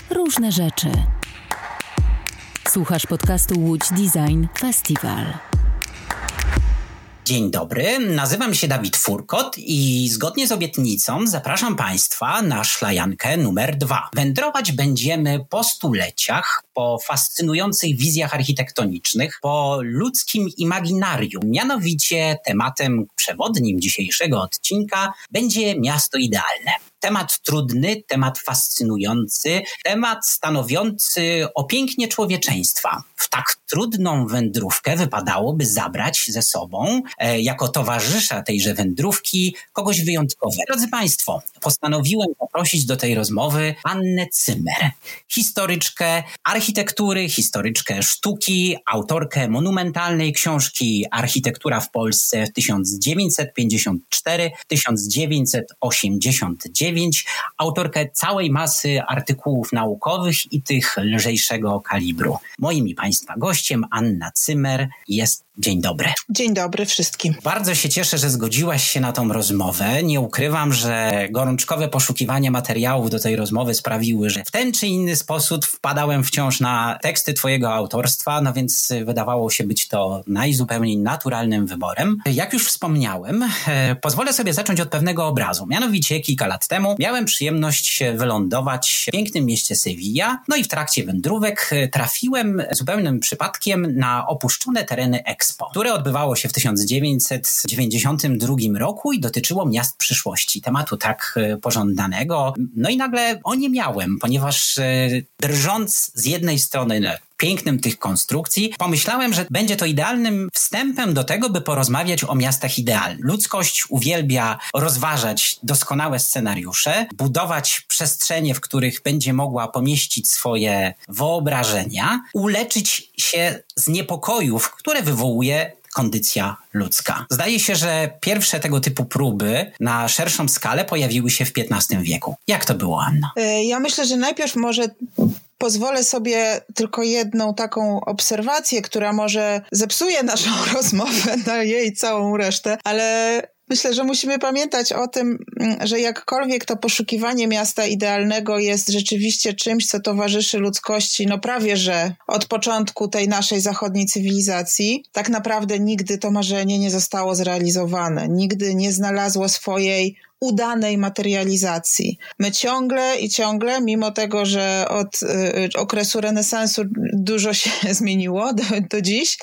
Różne rzeczy. Słuchasz podcastu Łódź Design Festival. Dzień dobry, nazywam się Dawid Furkot i zgodnie z obietnicą zapraszam Państwa na szlajankę numer 2. Wędrować będziemy po stuleciach, po fascynujących wizjach architektonicznych, po ludzkim imaginarium. Mianowicie tematem przewodnim dzisiejszego odcinka będzie miasto idealne. Temat trudny, temat fascynujący, temat stanowiący o pięknie człowieczeństwa. W tak trudną wędrówkę wypadałoby zabrać ze sobą jako towarzysza tejże wędrówki kogoś wyjątkowego. Drodzy Państwo, postanowiłem poprosić do tej rozmowy Annę Zimmer, historyczkę architektury, historyczkę sztuki, autorkę monumentalnej książki Architektura w Polsce 1954-1989, autorkę całej masy artykułów naukowych i tych lżejszego kalibru. Moim i Państwa gościem Anna Zimmer jest. Dzień dobry. Dzień dobry wszystkim. Bardzo się cieszę, że zgodziłaś się na tą rozmowę. Nie ukrywam, że gorączkowe poszukiwanie materiałów do tej rozmowy sprawiły, że w ten czy inny sposób wpadałem wciąż na teksty twojego autorstwa, no więc wydawało się być to najzupełniej naturalnym wyborem. Jak już wspomniałem, pozwolę sobie zacząć od pewnego obrazu. Mianowicie kilka lat temu miałem przyjemność wylądować w pięknym mieście Sevilla, no i w trakcie wędrówek trafiłem zupełnym przypadkiem na opuszczone tereny Expo, które odbywało się w 1992 roku i dotyczyło miast przyszłości, tematu tak pożądanego. No i nagle oniemiałem, ponieważ drżąc z jednej strony pięknem tych konstrukcji, pomyślałem, że będzie to idealnym wstępem do tego, by porozmawiać o miastach idealnych. Ludzkość uwielbia rozważać doskonałe scenariusze, budować przestrzenie, w których będzie mogła pomieścić swoje wyobrażenia, uleczyć się z niepokojów, które wywołuje kondycja ludzka. Zdaje się, że pierwsze tego typu próby na szerszą skalę pojawiły się w XV wieku. Jak to było, Anna? Ja myślę, że najpierw może pozwolę sobie tylko jedną taką obserwację, która może zepsuje naszą rozmowę na jej całą resztę, ale myślę, że musimy pamiętać o tym, że jakkolwiek to poszukiwanie miasta idealnego jest rzeczywiście czymś, co towarzyszy ludzkości, no prawie że od początku tej naszej zachodniej cywilizacji, tak naprawdę nigdy to marzenie nie zostało zrealizowane, nigdy nie znalazło swojej udanej materializacji. My ciągle, mimo tego, że od okresu renesansu dużo się zmieniło do dziś,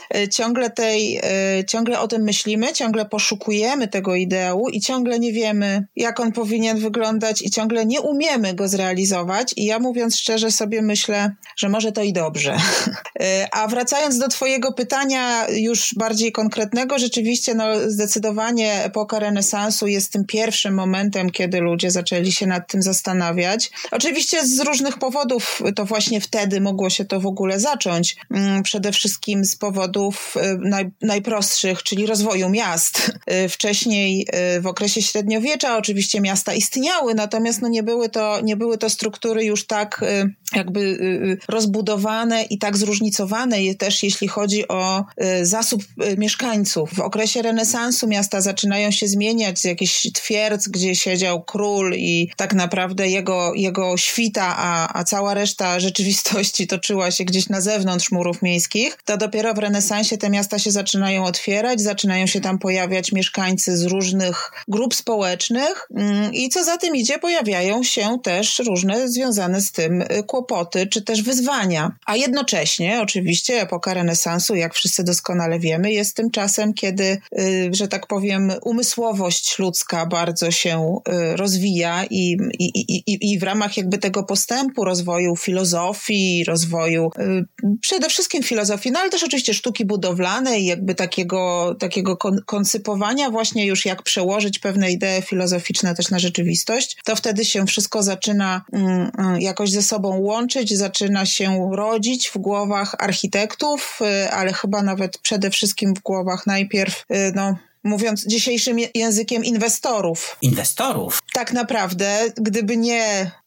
ciągle o tym myślimy, ciągle poszukujemy tego ideału i ciągle nie wiemy, jak on powinien wyglądać i ciągle nie umiemy go zrealizować. I ja, mówiąc szczerze, sobie myślę, że może to i dobrze. A wracając do twojego pytania już bardziej konkretnego, rzeczywiście zdecydowanie epoka renesansu jest tym pierwszym momentem, kiedy ludzie zaczęli się nad tym zastanawiać. Oczywiście z różnych powodów to właśnie wtedy mogło się to w ogóle zacząć. Przede wszystkim z powodów najprostszych, czyli rozwoju miast. Wcześniej w okresie średniowiecza oczywiście miasta istniały, natomiast nie były to struktury już tak jakby rozbudowane i tak zróżnicowane też jeśli chodzi o zasób mieszkańców. W okresie renesansu miasta zaczynają się zmieniać z jakichś twierdz, gdzie siedział król i tak naprawdę jego świta, a cała reszta rzeczywistości toczyła się gdzieś na zewnątrz murów miejskich. To dopiero w renesansie te miasta się zaczynają otwierać, zaczynają się tam pojawiać mieszkańcy z różnych grup społecznych i co za tym idzie, pojawiają się też różne związane z tym kłopoty czy też wyzwania. A jednocześnie oczywiście epoka renesansu, jak wszyscy doskonale wiemy, jest tym czasem, kiedy, że tak powiem, umysłowość ludzka bardzo się rozwija i w ramach jakby tego postępu rozwoju filozofii, rozwoju przede wszystkim filozofii, no ale też oczywiście sztuki budowlanej, jakby takiego koncypowania właśnie już jak przełożyć pewne idee filozoficzne też na rzeczywistość, to wtedy się wszystko zaczyna jakoś ze sobą łączyć, zaczyna się rodzić w głowach architektów, ale chyba nawet przede wszystkim w głowach najpierw, mówiąc dzisiejszym językiem, inwestorów. Inwestorów? Tak naprawdę, gdyby nie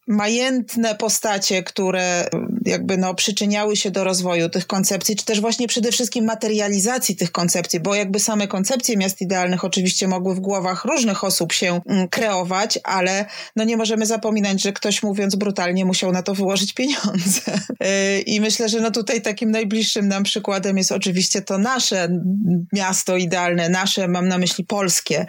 majętne postacie, które jakby przyczyniały się do rozwoju tych koncepcji, czy też właśnie przede wszystkim materializacji tych koncepcji, bo jakby same koncepcje miast idealnych oczywiście mogły w głowach różnych osób się kreować, ale nie możemy zapominać, że ktoś, mówiąc brutalnie, musiał na to wyłożyć pieniądze. I myślę, że tutaj takim najbliższym nam przykładem jest oczywiście to nasze miasto idealne, nasze, mam na myśli polskie,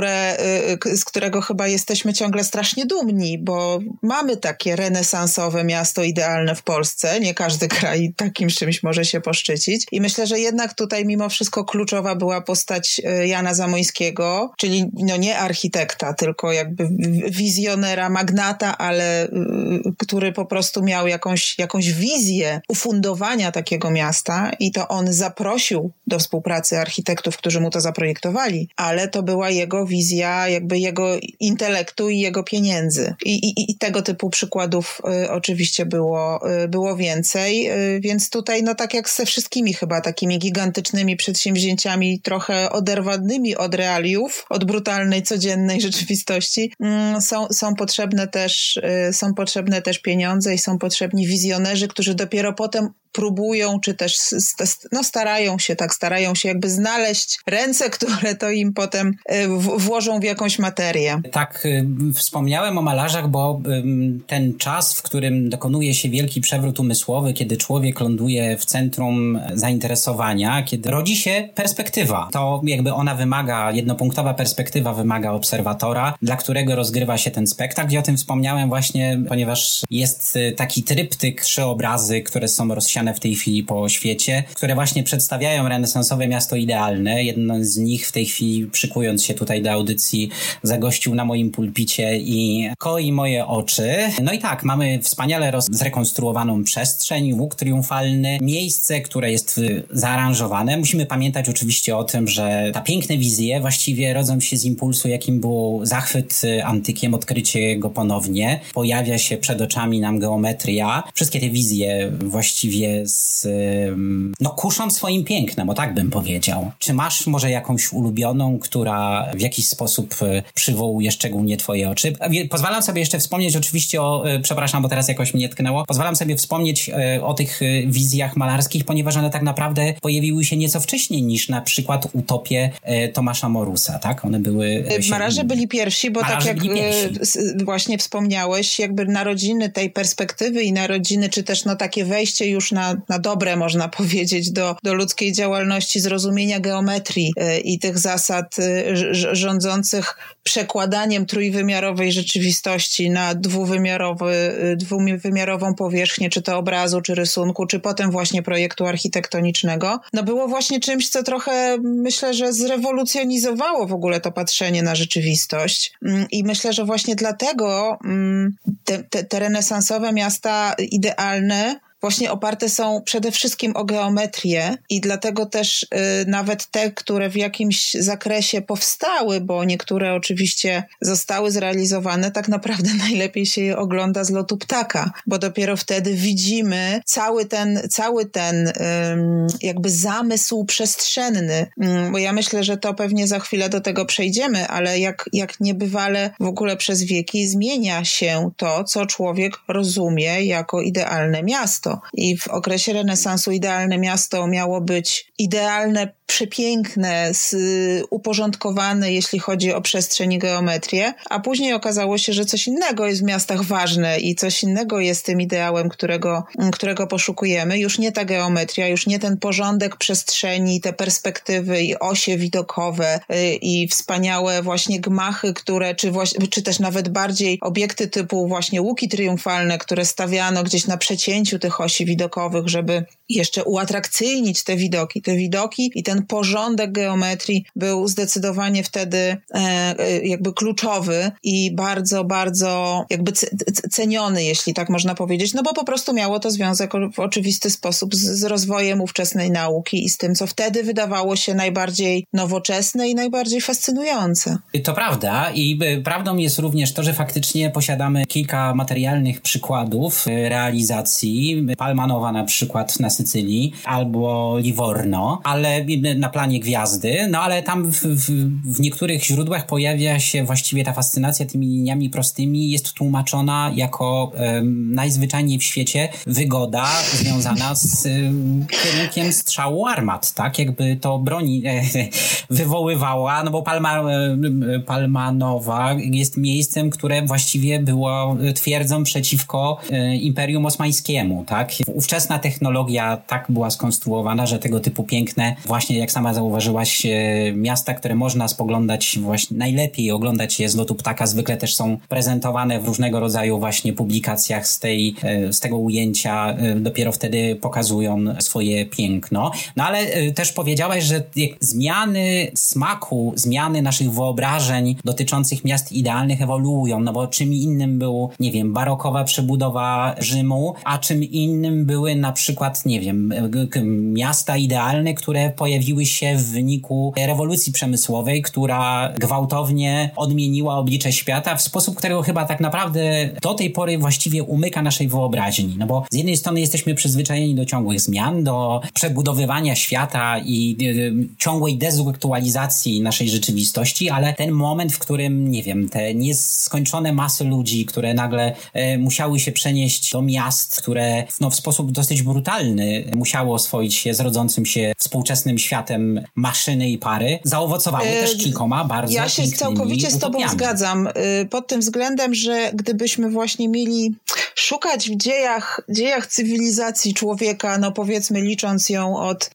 z którego chyba jesteśmy ciągle strasznie dumni, bo mamy takie renesansowe miasto idealne w Polsce. Nie każdy kraj takim czymś może się poszczycić. I myślę, że jednak tutaj mimo wszystko kluczowa była postać Jana Zamoyskiego, czyli nie architekta, tylko jakby wizjonera, magnata, ale który po prostu miał jakąś wizję ufundowania takiego miasta i to on zaprosił do współpracy architektów, którzy mu to zaprojektowali, ale to była jego wizja, jakby jego intelektu i jego pieniędzy. I tego typu przykładów oczywiście było więcej, więc tutaj tak jak ze wszystkimi chyba takimi gigantycznymi przedsięwzięciami trochę oderwanymi od realiów, od brutalnej, codziennej rzeczywistości, są potrzebne też pieniądze i są potrzebni wizjonerzy, którzy dopiero potem próbują, czy też starają się jakby znaleźć ręce, które to im potem włożą w jakąś materię. Tak, wspomniałem o malarzach, bo ten czas, w którym dokonuje się wielki przewrót umysłowy, kiedy człowiek ląduje w centrum zainteresowania, kiedy rodzi się perspektywa. To jakby jednopunktowa perspektywa wymaga obserwatora, dla którego rozgrywa się ten spektakl. I o tym wspomniałem właśnie, ponieważ jest taki tryptyk, 3 obrazy, które są rozsiane w tej chwili po świecie, które właśnie przedstawiają renesansowe miasto idealne. Jeden z nich w tej chwili, przykując się tutaj do audycji, zagościł na moim pulpicie i koi moje oczy. No i tak, mamy wspaniale zrekonstruowaną przestrzeń, łuk triumfalny, miejsce, które jest zaaranżowane. Musimy pamiętać oczywiście o tym, że te piękne wizje właściwie rodzą się z impulsu, jakim był zachwyt antykiem, odkrycie go ponownie. Pojawia się przed oczami nam geometria. Wszystkie te wizje właściwie kuszą swoim pięknem, o tak bym powiedział. Czy masz może jakąś ulubioną, która w jakiś sposób przywołuje szczególnie twoje oczy? Pozwalam sobie jeszcze wspomnieć oczywiście przepraszam, bo teraz jakoś mnie tknęło, pozwalam sobie wspomnieć o tych wizjach malarskich, ponieważ one tak naprawdę pojawiły się nieco wcześniej niż na przykład utopie Tomasza Morusa, tak? One były... Malarze byli pierwsi, bo tak jak właśnie wspomniałeś, jakby narodziny tej perspektywy i narodziny, czy też takie wejście już na dobre, można powiedzieć, do ludzkiej działalności, zrozumienia geometrii i tych zasad rządzących przekładaniem trójwymiarowej rzeczywistości na dwuwymiarową powierzchnię, czy to obrazu, czy rysunku, czy potem właśnie projektu architektonicznego, było właśnie czymś, co trochę, myślę, że zrewolucjonizowało w ogóle to patrzenie na rzeczywistość. I myślę, że właśnie dlatego te renesansowe miasta idealne właśnie oparte są przede wszystkim o geometrię i dlatego też nawet te, które w jakimś zakresie powstały, bo niektóre oczywiście zostały zrealizowane, tak naprawdę najlepiej się je ogląda z lotu ptaka, bo dopiero wtedy widzimy cały ten jakby zamysł przestrzenny, bo ja myślę, że to pewnie za chwilę do tego przejdziemy, ale jak niebywale w ogóle przez wieki zmienia się to, co człowiek rozumie jako idealne miasto. I w okresie renesansu idealne miasto miało być idealne, przepiękne, uporządkowane, jeśli chodzi o przestrzeń i geometrię, a później okazało się, że coś innego jest w miastach ważne i coś innego jest tym ideałem, którego poszukujemy. Już nie ta geometria, już nie ten porządek przestrzeni, te perspektywy i osie widokowe i wspaniałe właśnie gmachy, czy też nawet bardziej obiekty typu właśnie łuki triumfalne, które stawiano gdzieś na przecięciu tych osi widokowych, żeby jeszcze uatrakcyjnić te widoki i ten porządek geometrii był zdecydowanie wtedy jakby kluczowy i bardzo, bardzo jakby ceniony, jeśli tak można powiedzieć, bo po prostu miało to związek w oczywisty sposób z rozwojem ówczesnej nauki i z tym, co wtedy wydawało się najbardziej nowoczesne i najbardziej fascynujące. To prawda i prawdą jest również to, że faktycznie posiadamy kilka materialnych przykładów realizacji. Palmanowa na przykład na Sycylii albo Livorno, ale na planie gwiazdy, no ale tam w niektórych źródłach pojawia się właściwie ta fascynacja tymi liniami prostymi, jest tłumaczona jako najzwyczajniej w świecie wygoda związana z kierunkiem strzału armat, tak? Jakby to broni wywoływała, no bo Palmanowa jest miejscem, które właściwie było twierdzą przeciwko Imperium Osmańskiemu, tak? Ówczesna technologia tak była skonstruowana, że tego typu piękne, właśnie jak sama zauważyłaś, miasta, które można spoglądać, właśnie najlepiej oglądać je z lotu ptaka, zwykle też są prezentowane w różnego rodzaju właśnie publikacjach z tego ujęcia, dopiero wtedy pokazują swoje piękno. No ale też powiedziałaś, że zmiany smaku, zmiany naszych wyobrażeń dotyczących miast idealnych ewoluują, no bo czym innym był, nie wiem, barokowa przebudowa Rzymu, a czym innym były na przykład, nie wiem, miasta idealne, które pojawiły się w wyniku rewolucji przemysłowej, która gwałtownie odmieniła oblicze świata w sposób, którego chyba tak naprawdę do tej pory właściwie umyka naszej wyobraźni. No bo z jednej strony jesteśmy przyzwyczajeni do ciągłych zmian, do przebudowywania świata i ciągłej dezaktualizacji naszej rzeczywistości, ale ten moment, w którym, nie wiem, te nieskończone masy ludzi, które nagle musiały się przenieść do miast, które w sposób dosyć brutalny musiało oswoić się z rodzącym się współczesnym światem maszyny i pary, zaowocowały też kilkoma bardzo Ja się całkowicie z tobą zgadzam. Pod tym względem, że gdybyśmy właśnie mieli szukać w dziejach cywilizacji człowieka, no powiedzmy licząc ją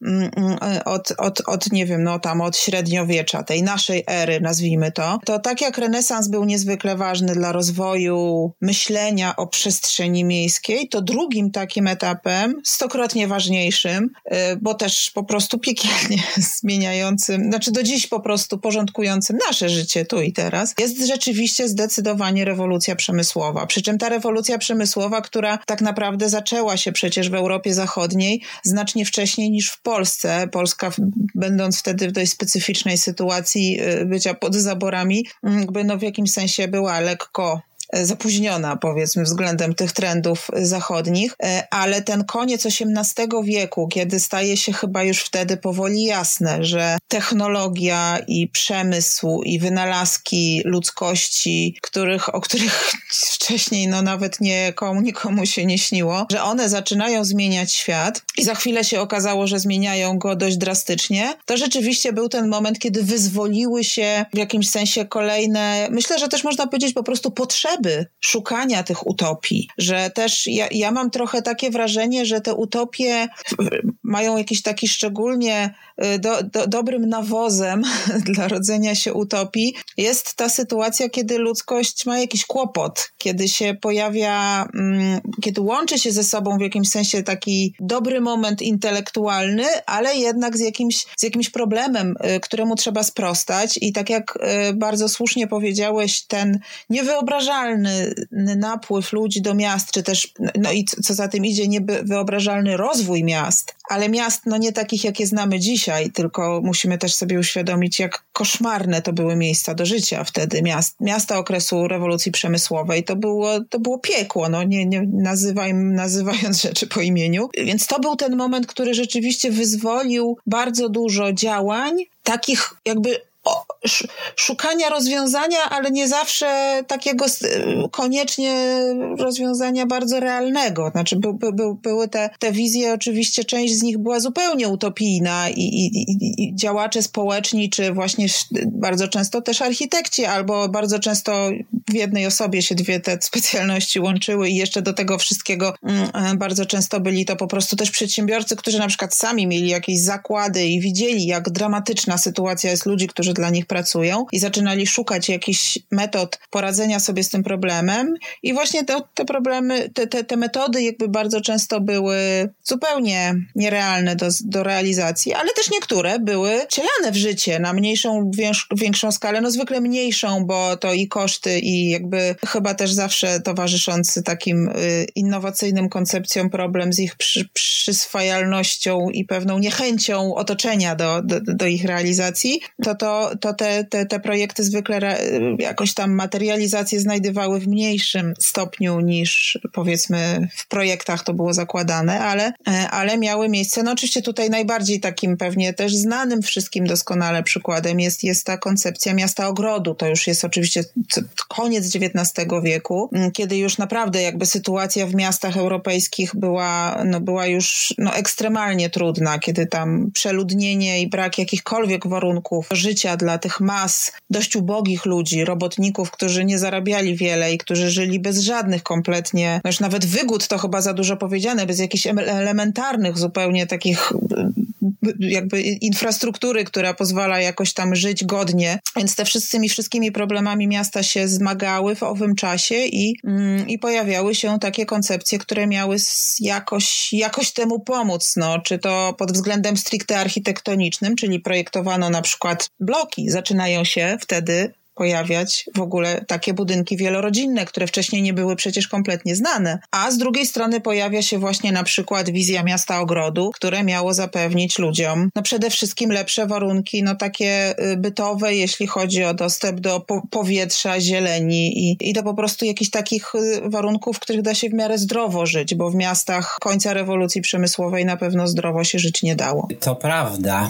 od nie wiem, no tam od średniowiecza, tej naszej ery, nazwijmy to tak jak renesans był niezwykle ważny dla rozwoju myślenia o przestrzeni miejskiej, to drugim takim etapem, stokrotnie ważniejszym, bo też po prostu piekielnie zmieniającym, znaczy do dziś po prostu porządkującym nasze życie tu i teraz, jest rzeczywiście zdecydowanie rewolucja przemysłowa. Przy czym ta rewolucja przemysłowa, która tak naprawdę zaczęła się przecież w Europie Zachodniej znacznie wcześniej niż w Polsce. Polska, będąc wtedy w dość specyficznej sytuacji bycia pod zaborami, jakby no w jakimś sensie była lekko zapóźniona, powiedzmy, względem tych trendów zachodnich, ale ten koniec XVIII wieku, kiedy staje się chyba już wtedy powoli jasne, że technologia i przemysł i wynalazki ludzkości, o których wcześniej no nawet nikomu się nie śniło, że one zaczynają zmieniać świat i za chwilę się okazało, że zmieniają go dość drastycznie, to rzeczywiście był ten moment, kiedy wyzwoliły się w jakimś sensie kolejne, myślę, że też można powiedzieć po prostu potrzeby szukania tych utopii, że też ja mam trochę takie wrażenie, że te utopie mają jakiś taki szczególnie dobrym nawozem dla rodzenia się utopii jest ta sytuacja, kiedy ludzkość ma jakiś kłopot, kiedy się pojawia, kiedy łączy się ze sobą w jakimś sensie taki dobry moment intelektualny, ale jednak z jakimś problemem, któremu trzeba sprostać i tak jak bardzo słusznie powiedziałeś, ten niewyobrażalny napływ ludzi do miast, czy też, no i co za tym idzie, niewyobrażalny rozwój miast, ale miast no nie takich, jakie znamy dzisiaj, tylko musimy też sobie uświadomić, jak koszmarne to były miejsca do życia wtedy, miasta okresu rewolucji przemysłowej. To było piekło, no nie nazywając rzeczy po imieniu. Więc to był ten moment, który rzeczywiście wyzwolił bardzo dużo działań, takich jakby szukania rozwiązania, ale nie zawsze takiego koniecznie rozwiązania bardzo realnego. Znaczy były te wizje, oczywiście część z nich była zupełnie utopijna i działacze społeczni, czy właśnie bardzo często też architekci, albo bardzo często w jednej osobie się dwie te specjalności łączyły i jeszcze do tego wszystkiego bardzo często byli to po prostu też przedsiębiorcy, którzy na przykład sami mieli jakieś zakłady i widzieli, jak dramatyczna sytuacja jest ludzi, którzy dla nich pracują i zaczynali szukać jakichś metod poradzenia sobie z tym problemem i właśnie te problemy, te metody jakby bardzo często były zupełnie nierealne do realizacji, ale też niektóre były wcielane w życie na mniejszą, większą skalę, no zwykle mniejszą, bo to i koszty i jakby chyba też zawsze towarzyszący takim innowacyjnym koncepcjom problem z ich przyswajalnością i pewną niechęcią otoczenia do ich realizacji, to te projekty zwykle jakoś tam materializację znajdywały w mniejszym stopniu niż powiedzmy w projektach to było zakładane, ale miały miejsce. No oczywiście tutaj najbardziej takim pewnie też znanym wszystkim doskonale przykładem jest ta koncepcja miasta ogrodu. To już jest oczywiście koniec XIX wieku, kiedy już naprawdę jakby sytuacja w miastach europejskich była już ekstremalnie trudna, kiedy tam przeludnienie i brak jakichkolwiek warunków życia dla tych mas dość ubogich ludzi, robotników, którzy nie zarabiali wiele i którzy żyli bez żadnych kompletnie, już nawet wygód to chyba za dużo powiedziane, bez jakichś elementarnych zupełnie takich jakby infrastruktury, która pozwala jakoś tam żyć godnie. Więc te wszystkimi problemami miasta się zmagały w owym czasie i pojawiały się takie koncepcje, które miały jakoś temu pomóc. Czy to pod względem stricte architektonicznym, czyli projektowano na przykład bloki, zaczynają się wtedy pojawiać w ogóle takie budynki wielorodzinne, które wcześniej nie były przecież kompletnie znane. A z drugiej strony pojawia się właśnie na przykład wizja miasta ogrodu, które miało zapewnić ludziom przede wszystkim lepsze warunki, takie bytowe, jeśli chodzi o dostęp do powietrza, zieleni i do po prostu jakichś takich warunków, w których da się w miarę zdrowo żyć, bo w miastach końca rewolucji przemysłowej na pewno zdrowo się żyć nie dało. To prawda.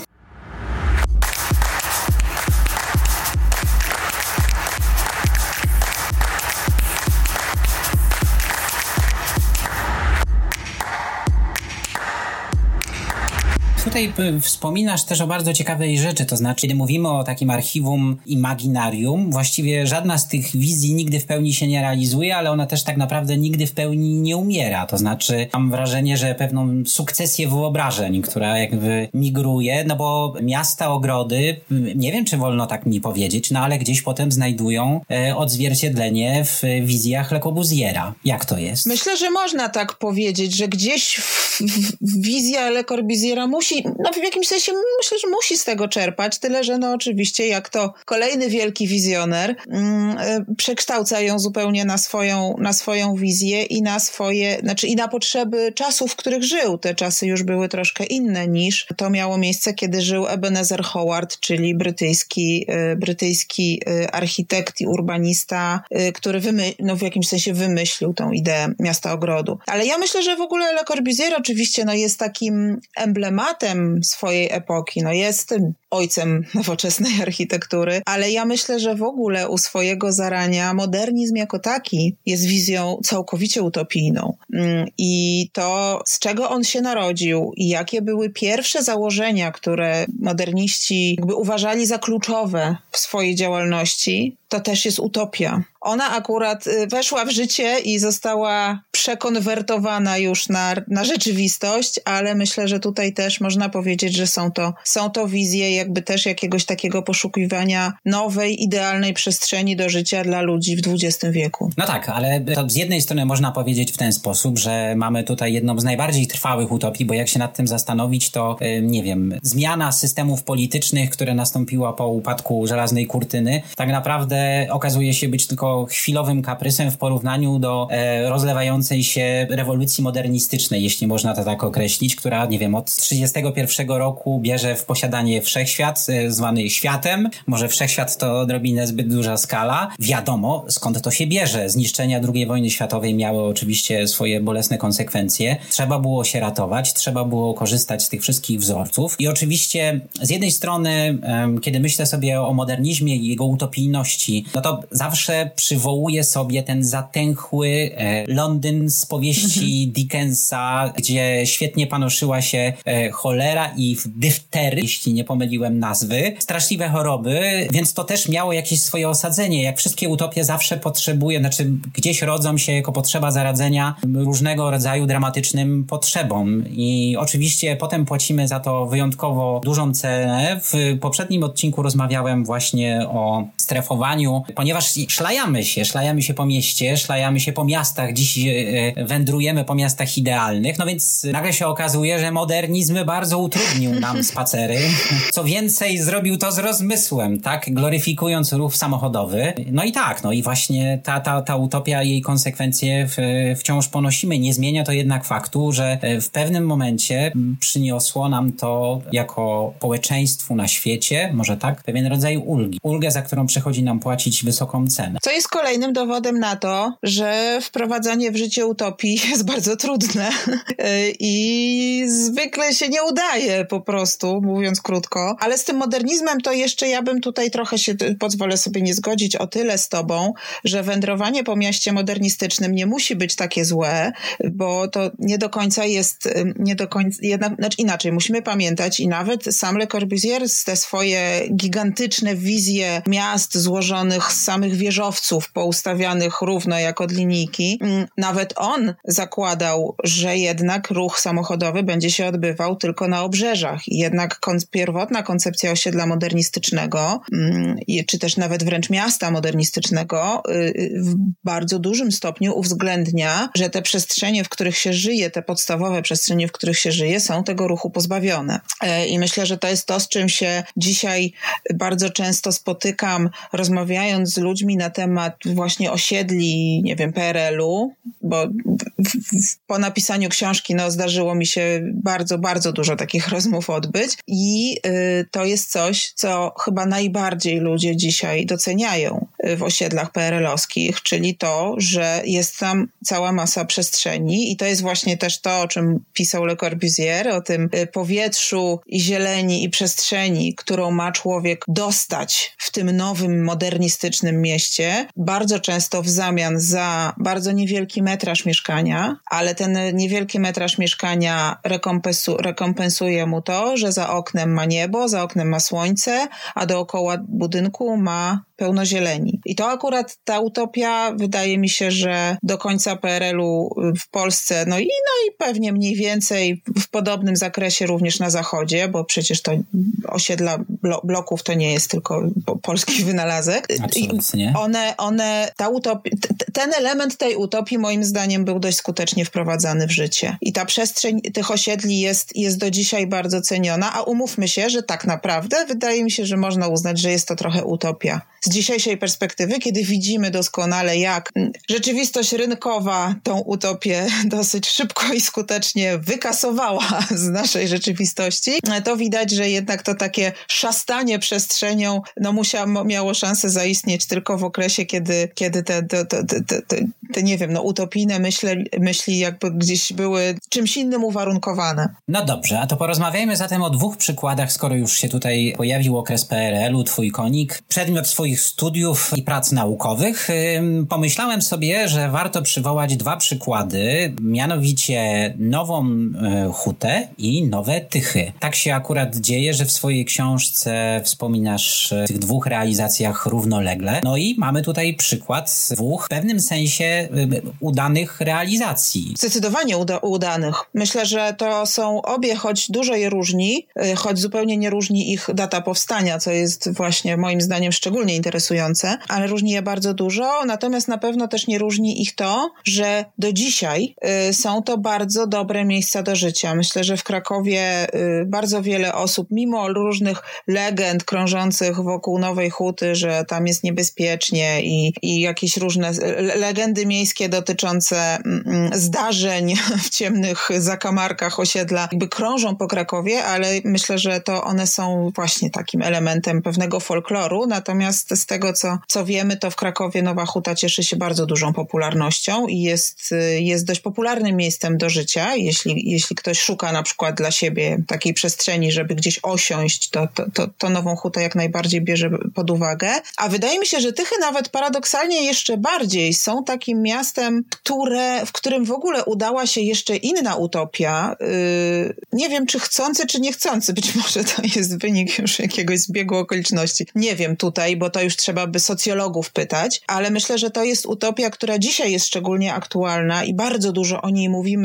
Tutaj wspominasz też o bardzo ciekawej rzeczy, to znaczy, kiedy mówimy o takim archiwum imaginarium, właściwie żadna z tych wizji nigdy w pełni się nie realizuje, ale ona też tak naprawdę nigdy w pełni nie umiera. To znaczy, mam wrażenie, że pewną sukcesję wyobrażeń, która jakby migruje, bo miasta, ogrody, nie wiem, czy wolno tak mi powiedzieć, ale gdzieś potem znajdują odzwierciedlenie w wizjach Le Corbusiera. Jak to jest? Myślę, że można tak powiedzieć, że gdzieś wizja Le Corbusiera musi, w jakimś sensie myślę, że musi z tego czerpać, tyle, że oczywiście jak to kolejny wielki wizjoner przekształca ją zupełnie na swoją wizję i na swoje, i na potrzeby czasów, w których żył. Te czasy już były troszkę inne niż to miało miejsce, kiedy żył Ebenezer Howard, czyli brytyjski architekt i urbanista, który w jakimś sensie wymyślił tą ideę miasta ogrodu. Ale ja myślę, że w ogóle Le Corbusier oczywiście jest takim emblematem swojej epoki, jest ojcem nowoczesnej architektury, ale ja myślę, że w ogóle u swojego zarania modernizm jako taki jest wizją całkowicie utopijną. I to, z czego on się narodził i jakie były pierwsze założenia, które moderniści uważali za kluczowe w swojej działalności, to też jest utopia. Ona akurat weszła w życie i została przekonwertowana już na rzeczywistość, ale myślę, że tutaj też można powiedzieć, że są to wizje też jakiegoś takiego poszukiwania nowej, idealnej przestrzeni do życia dla ludzi w XX wieku. No tak, ale to z jednej strony można powiedzieć w ten sposób, że mamy tutaj jedną z najbardziej trwałych utopii, bo jak się nad tym zastanowić, to zmiana systemów politycznych, które nastąpiła po upadku żelaznej kurtyny, tak naprawdę okazuje się być tylko chwilowym kaprysem w porównaniu do rozlewającej się rewolucji modernistycznej, jeśli można to tak określić, która, od 1931 roku bierze w posiadanie wszechświat, zwany światem. Może wszechświat to odrobinę zbyt duża skala. Wiadomo, skąd to się bierze. Zniszczenia II wojny światowej miały oczywiście swoje bolesne konsekwencje. Trzeba było się ratować, trzeba było korzystać z tych wszystkich wzorców. I oczywiście z jednej strony, kiedy myślę sobie o modernizmie i jego utopijności, to zawsze przywołuję sobie ten zatęchły Londyn z powieści Dickensa, gdzie świetnie panoszyła się cholera i dyftery, jeśli nie pomyliłem nazwy. Straszliwe choroby, więc to też miało jakieś swoje osadzenie. Jak wszystkie utopie zawsze potrzebują, gdzieś rodzą się jako potrzeba zaradzenia różnego rodzaju dramatycznym potrzebom. I oczywiście potem płacimy za to wyjątkowo dużą cenę. W poprzednim odcinku rozmawiałem właśnie o strefowaniu, ponieważ szlajamy się po mieście, szlajamy się po miastach, dziś wędrujemy po miastach idealnych, no więc nagle się okazuje, że modernizm bardzo utrudnił nam spacery. Co więcej, zrobił to z rozmysłem, tak? Gloryfikując ruch samochodowy. No i tak, no i właśnie ta utopia, jej konsekwencje wciąż ponosimy. Nie zmienia to jednak faktu, że w pewnym momencie przyniosło nam to jako społeczeństwu na świecie, może tak, pewien rodzaj ulgi. Ulgę, za którą przychodzi nam płacić wysoką cenę. Co jest kolejnym dowodem na to, że wprowadzanie w życie utopii jest bardzo trudne i zwykle się nie udaje po prostu, mówiąc krótko. Ale z tym modernizmem to jeszcze ja bym tutaj trochę się pozwolę sobie nie zgodzić o tyle z tobą, że wędrowanie po mieście modernistycznym nie musi być takie złe, bo to nie do końca jest, znaczy inaczej, musimy pamiętać i nawet sam Le Corbusier te swoje gigantyczne wizje miast złożonych z samych wieżowców poustawianych równo jak od linijki, nawet on zakładał, że jednak ruch samochodowy będzie się odbywał tylko na obrzeżach. I jednak pierwotna koncepcja osiedla modernistycznego, czy też nawet wręcz miasta modernistycznego w bardzo dużym stopniu uwzględnia, że te przestrzenie, w których się żyje, te podstawowe przestrzenie, w których się żyje, są tego ruchu pozbawione. I myślę, że to jest to, z czym się dzisiaj bardzo często spotykam, rozmawiając z ludźmi na temat właśnie osiedli, nie wiem, PRL-u, bo po napisaniu książki zdarzyło mi się bardzo, bardzo dużo takich rozmów odbyć i to jest coś, co chyba najbardziej ludzie dzisiaj doceniają w osiedlach PRL-owskich, czyli to, że jest tam cała masa przestrzeni i to jest właśnie też to, o czym pisał Le Corbusier, o tym powietrzu i zieleni i przestrzeni, którą ma człowiek dostać w tym nowym, modernistycznym mieście, bardzo często w zamian za bardzo niewielki metraż mieszkania, ale ten niewielki metraż mieszkania rekompensuje mu to, że za oknem ma niebo, za oknem ma słońce, a dookoła budynku ma pełno zieleni. I to akurat ta utopia, wydaje mi się, że do końca PRL-u w Polsce, no i pewnie mniej więcej w podobnym zakresie również na zachodzie, bo przecież to osiedla bloków to nie jest tylko polski wynalazek. Absolutnie. Ten element tej utopii moim zdaniem był dość skutecznie wprowadzany w życie. I ta przestrzeń tych osiedli jest do dzisiaj bardzo ceniona, a umówmy się, że tak naprawdę wydaje mi się, że można uznać, że jest to trochę utopia. Z dzisiejszej perspektywy, kiedy widzimy doskonale, jak rzeczywistość rynkowa tą utopię dosyć szybko i skutecznie wykasowała z naszej rzeczywistości, to widać, że jednak to takie szastanie przestrzenią miało szansę zaistnieć tylko w okresie, kiedy te nie wiem, utopijne myśli jakby gdzieś były czymś innym uwarunkowane. No dobrze, a to porozmawiajmy zatem o dwóch przykładach, skoro już się tutaj pojawił okres PRL-u, twój konik, przedmiot swoich studiów i prac naukowych. Pomyślałem sobie, że warto przywołać dwa przykłady, mianowicie Nową Hutę i Nowe Tychy. Tak się akurat dzieje, że w swojej książce wspominasz o tych dwóch realizacjach równolegle. No i mamy tutaj przykład dwóch w pewnym sensie udanych realizacji. Zdecydowanie udanych. Myślę, że to są obie, choć dużo je różni, choć zupełnie nie różni ich data powstania, co jest właśnie moim zdaniem szczególnie interesujące, ale różni je bardzo dużo, natomiast na pewno też nie różni ich to, że do dzisiaj są to bardzo dobre miejsca do życia. Myślę, że w Krakowie bardzo wiele osób, mimo różnych legend krążących wokół Nowej Huty, że tam jest niebezpiecznie i jakieś różne legendy miejskie dotyczące zdarzeń w ciemnych zakamarkach osiedla jakby krążą po Krakowie, ale myślę, że to one są właśnie takim elementem pewnego folkloru, natomiast z tego, co wiemy, to w Krakowie Nowa Huta cieszy się bardzo dużą popularnością i jest dość popularnym miejscem do życia. Jeśli ktoś szuka na przykład dla siebie takiej przestrzeni, żeby gdzieś osiąść, to Nową Hutę jak najbardziej bierze pod uwagę. A wydaje mi się, że Tychy nawet paradoksalnie jeszcze bardziej są takim miastem, w którym w ogóle udała się jeszcze inna utopia. Nie wiem, czy chcący, czy niechcący. Być może to jest wynik już jakiegoś zbiegu okoliczności. Nie wiem tutaj, bo to już trzeba by socjologów pytać, ale myślę, że to jest utopia, która dzisiaj jest szczególnie aktualna i bardzo dużo o niej mówimy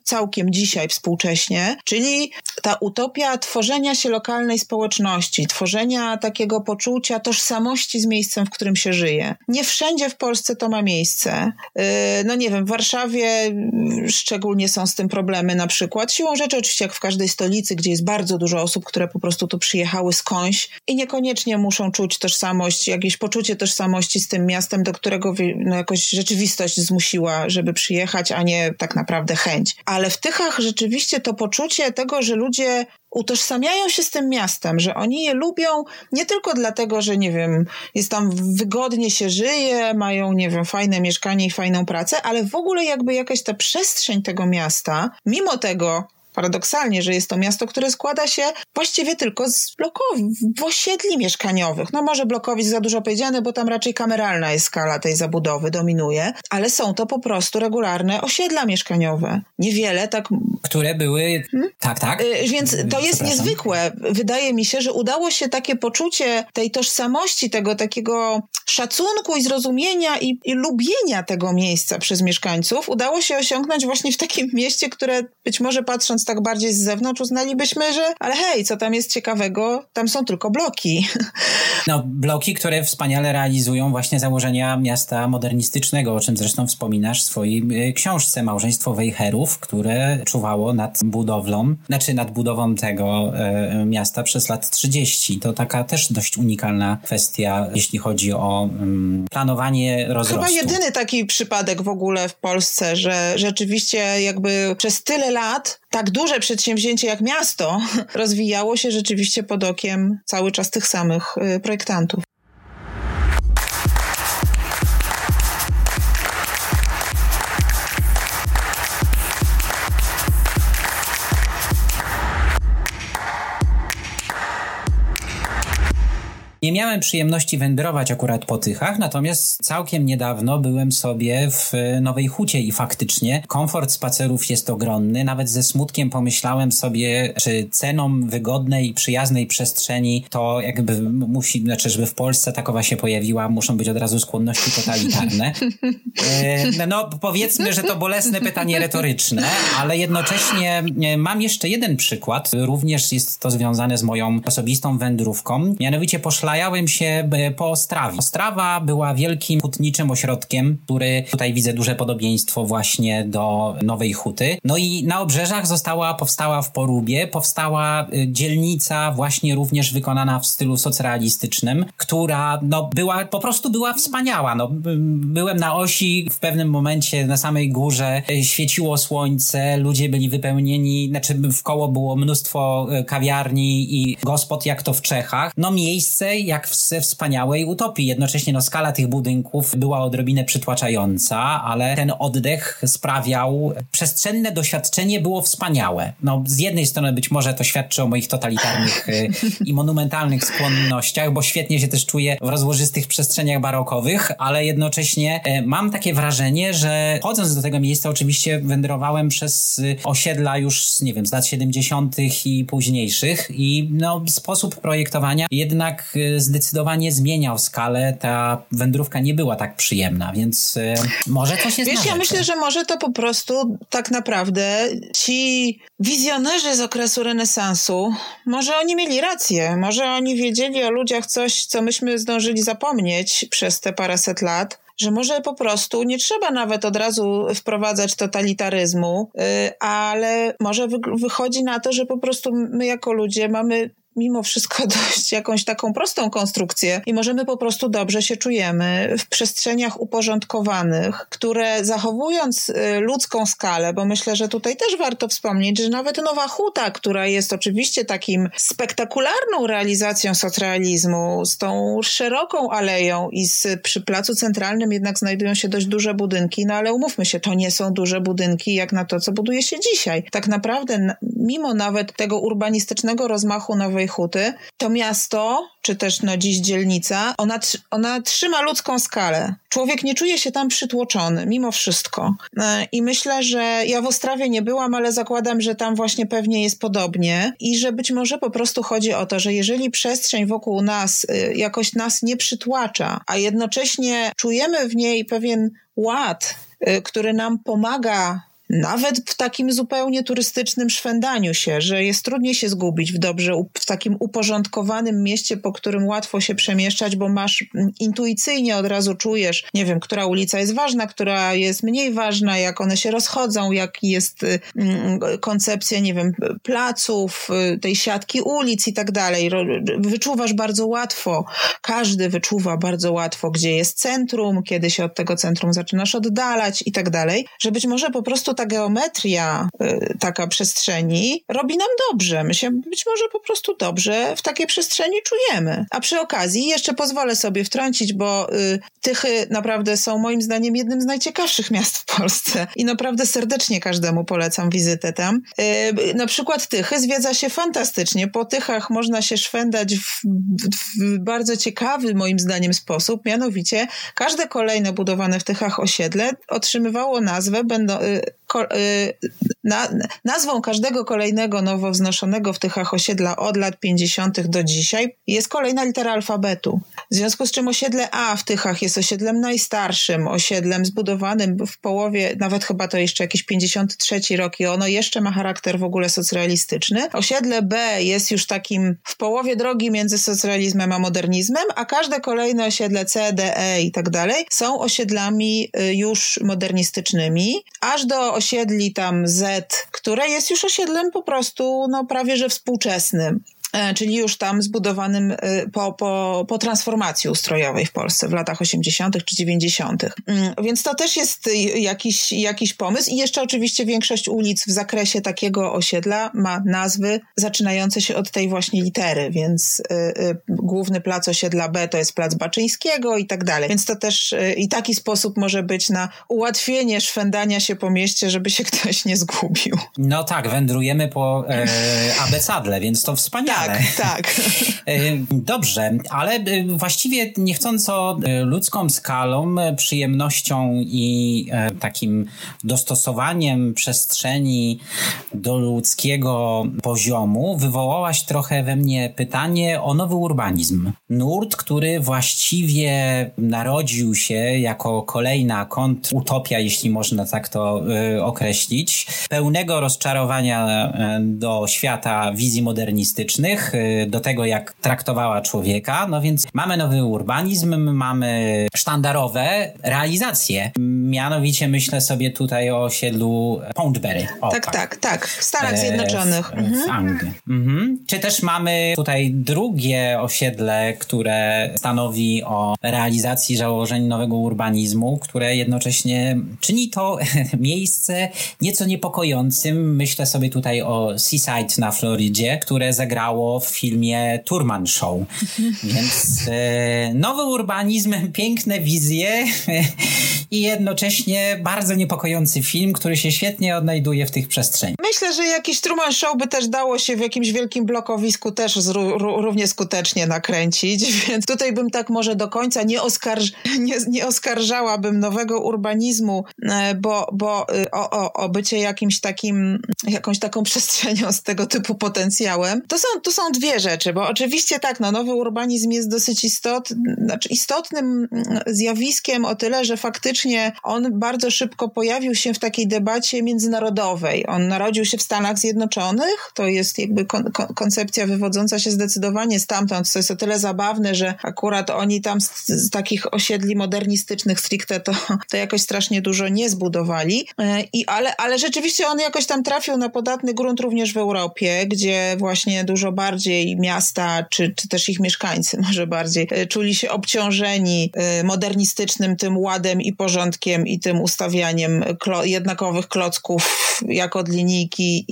całkiem dzisiaj współcześnie, czyli ta utopia tworzenia się lokalnej społeczności, tworzenia takiego poczucia tożsamości z miejscem, w którym się żyje. Nie wszędzie w Polsce to ma miejsce. No nie wiem, w Warszawie szczególnie są z tym problemy na przykład. Siłą rzeczy oczywiście jak w każdej stolicy, gdzie jest bardzo dużo osób, które po prostu tu przyjechały skądś i niekoniecznie muszą czuć tożsamość, jakieś poczucie tożsamości z tym miastem, do którego jakoś rzeczywistość zmusiła, żeby przyjechać, a nie tak naprawdę chęć. Ale w Tychach rzeczywiście to poczucie tego, że ludzie utożsamiają się z tym miastem, że oni je lubią nie tylko dlatego, że nie wiem, jest tam wygodnie się żyje, mają nie wiem, fajne mieszkanie i fajną pracę, ale w ogóle jakby jakaś ta przestrzeń tego miasta, mimo tego, paradoksalnie, że jest to miasto, które składa się właściwie tylko z osiedli mieszkaniowych. No może blokowisk za dużo powiedziane, bo tam raczej kameralna jest skala tej zabudowy, dominuje, ale są to po prostu regularne osiedla mieszkaniowe. Niewiele tak... Które były... Tak. Więc to jest niezwykłe. Wydaje mi się, że udało się takie poczucie tej tożsamości, tego takiego szacunku i zrozumienia i lubienia tego miejsca przez mieszkańców udało się osiągnąć właśnie w takim mieście, które być może patrząc tak bardziej z zewnątrz uznalibyśmy, że ale hej, co tam jest ciekawego? Tam są tylko bloki. No, bloki, które wspaniale realizują właśnie założenia miasta modernistycznego, o czym zresztą wspominasz w swojej książce Małżeństwo Wejherów, które czuwało nad budową tego miasta przez lat 30. To taka też dość unikalna kwestia, jeśli chodzi o planowanie rozrostu. Chyba jedyny taki przypadek w ogóle w Polsce, że rzeczywiście jakby przez tyle lat tak duże przedsięwzięcie jak miasto rozwijało się rzeczywiście pod okiem cały czas tych samych projektantów. Nie miałem przyjemności wędrować akurat po Tychach, natomiast całkiem niedawno byłem sobie w Nowej Hucie i faktycznie komfort spacerów jest ogromny. Nawet ze smutkiem pomyślałem sobie, czy ceną wygodnej i przyjaznej przestrzeni to jakby żeby w Polsce takowa się pojawiła, muszą być od razu skłonności totalitarne. No powiedzmy, że to bolesne pytanie retoryczne, ale jednocześnie mam jeszcze jeden przykład. Również jest to związane z moją osobistą wędrówką. Mianowicie poszlałem się po Ostrawie. Ostrawa była wielkim hutniczym ośrodkiem, który tutaj widzę duże podobieństwo właśnie do Nowej Huty. No i na obrzeżach powstała w Porubie, powstała dzielnica właśnie również wykonana w stylu socrealistycznym, która była wspaniała. Byłem na Osi, w pewnym momencie na samej górze świeciło słońce, ludzie byli wypełnieni, wkoło było mnóstwo kawiarni i gospod jak to w Czechach. Miejsce jak ze wspaniałej utopii. Jednocześnie skala tych budynków była odrobinę przytłaczająca, ale ten oddech sprawiał, przestrzenne doświadczenie było wspaniałe. Z jednej strony być może to świadczy o moich totalitarnych i monumentalnych skłonnościach, bo świetnie się też czuję w rozłożystych przestrzeniach barokowych, ale jednocześnie mam takie wrażenie, że chodząc do tego miejsca oczywiście wędrowałem przez osiedla już, z lat 70. i późniejszych i sposób projektowania jednak zdecydowanie zmieniał skalę. Ta wędrówka nie była tak przyjemna, więc może coś jest na rzeczy. Ja myślę, że może to po prostu tak naprawdę ci wizjonerzy z okresu renesansu, może oni mieli rację, może oni wiedzieli o ludziach coś, co myśmy zdążyli zapomnieć przez te paręset lat, że może po prostu nie trzeba nawet od razu wprowadzać totalitaryzmu, ale może wychodzi na to, że po prostu my jako ludzie mamy mimo wszystko dość jakąś taką prostą konstrukcję i możemy po prostu dobrze się czujemy w przestrzeniach uporządkowanych, które zachowując ludzką skalę, bo myślę, że tutaj też warto wspomnieć, że nawet Nowa Huta, która jest oczywiście takim spektakularną realizacją socrealizmu, z tą szeroką aleją i przy Placu Centralnym jednak znajdują się dość duże budynki, ale umówmy się, to nie są duże budynki jak na to, co buduje się dzisiaj. Tak naprawdę mimo nawet tego urbanistycznego rozmachu Nowej Huty, to miasto, czy też dziś dzielnica, ona trzyma ludzką skalę. Człowiek nie czuje się tam przytłoczony, mimo wszystko. I myślę, że ja w Ostrawie nie byłam, ale zakładam, że tam właśnie pewnie jest podobnie i że być może po prostu chodzi o to, że jeżeli przestrzeń wokół nas jakoś nas nie przytłacza, a jednocześnie czujemy w niej pewien ład, który nam pomaga nawet w takim zupełnie turystycznym szwendaniu się, że jest trudniej się zgubić w takim uporządkowanym mieście, po którym łatwo się przemieszczać, bo masz intuicyjnie od razu czujesz, nie wiem, która ulica jest ważna, która jest mniej ważna, jak one się rozchodzą, jak jest koncepcja, nie wiem, placów, tej siatki ulic i tak dalej. Wyczuwasz bardzo łatwo, każdy wyczuwa bardzo łatwo, gdzie jest centrum, kiedy się od tego centrum zaczynasz oddalać i tak dalej, że być może po prostu ta geometria taka przestrzeni robi nam dobrze. My się być może po prostu dobrze w takiej przestrzeni czujemy. A przy okazji jeszcze pozwolę sobie wtrącić, bo Tychy naprawdę są moim zdaniem jednym z najciekawszych miast w Polsce i naprawdę serdecznie każdemu polecam wizytę tam. Na przykład Tychy zwiedza się fantastycznie. Po Tychach można się szwendać w bardzo ciekawy moim zdaniem sposób, mianowicie każde kolejne budowane w Tychach osiedle otrzymywało nazwę nazwą każdego kolejnego nowo wznoszonego w Tychach osiedla od lat 50. do dzisiaj jest kolejna litera alfabetu. W związku z czym osiedle A w Tychach jest osiedlem najstarszym, osiedlem zbudowanym w połowie, nawet chyba to jeszcze jakiś 53 rok i ono jeszcze ma charakter w ogóle socrealistyczny. Osiedle B jest już takim w połowie drogi między socrealizmem a modernizmem, a każde kolejne osiedle C, D, E i tak dalej są osiedlami już modernistycznymi, aż do osiedli tam Z, które jest już osiedlem po prostu prawie że współczesnym. Czyli już tam zbudowanym po transformacji ustrojowej w Polsce w latach 80. czy 90. Więc to też jest jakiś pomysł i jeszcze oczywiście większość ulic w zakresie takiego osiedla ma nazwy zaczynające się od tej właśnie litery, więc główny plac osiedla B to jest plac Baczyńskiego i tak dalej. Więc to też i taki sposób może być na ułatwienie szwendania się po mieście, żeby się ktoś nie zgubił. No tak, wędrujemy po abecadle, więc to wspaniale. Tak. Dobrze, ale właściwie niechcąco ludzką skalą, przyjemnością i takim dostosowaniem przestrzeni do ludzkiego poziomu wywołałaś trochę we mnie pytanie o nowy urbanizm. Nurt, który właściwie narodził się jako kolejna kontrutopia, jeśli można tak to określić, pełnego rozczarowania do świata wizji modernistycznych, do tego, jak traktowała człowieka. No więc mamy nowy urbanizm, mamy sztandarowe realizacje. Mianowicie myślę sobie tutaj o osiedlu Poundbury. Tak. W Stanach Zjednoczonych. W Anglii. Czy też mamy tutaj drugie osiedle, które stanowi o realizacji założeń nowego urbanizmu, które jednocześnie czyni to miejsce nieco niepokojącym. Myślę sobie tutaj o Seaside na Florydzie, które zagrało w filmie Truman Show. Więc nowy urbanizm, piękne wizje i jednocześnie bardzo niepokojący film, który się świetnie odnajduje w tych przestrzeniach. Myślę, że jakiś Truman Show by też dało się w jakimś wielkim blokowisku też równie skutecznie nakręcić, więc tutaj bym tak może do końca nie oskarżałabym nowego urbanizmu, bo o bycie jakimś takim, jakąś taką przestrzenią z tego typu potencjałem. To są dwie rzeczy, bo oczywiście tak, nowy urbanizm jest dosyć istotnym zjawiskiem o tyle, że faktycznie on bardzo szybko pojawił się w takiej debacie międzynarodowej. On narodził się w Stanach Zjednoczonych, to jest jakby koncepcja wywodząca się zdecydowanie stamtąd, co jest o tyle zabawne, że akurat oni tam z takich osiedli modernistycznych stricte to jakoś strasznie dużo nie zbudowali, ale rzeczywiście on jakoś tam trafił na podatny grunt również w Europie, gdzie właśnie dużo bardziej miasta, czy też ich mieszkańcy może bardziej, czuli się obciążeni modernistycznym tym ładem i porządkiem i tym ustawianiem jednakowych klocków jak od linijki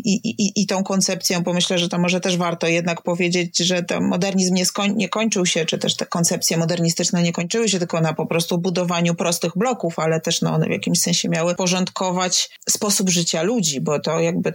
i tą koncepcją, bo myślę, że to może też warto jednak powiedzieć, że ten modernizm nie kończył się, czy też te koncepcje modernistyczne nie kończyły się tylko na po prostu budowaniu prostych bloków, ale też one w jakimś sensie miały porządkować sposób życia ludzi, bo to jakby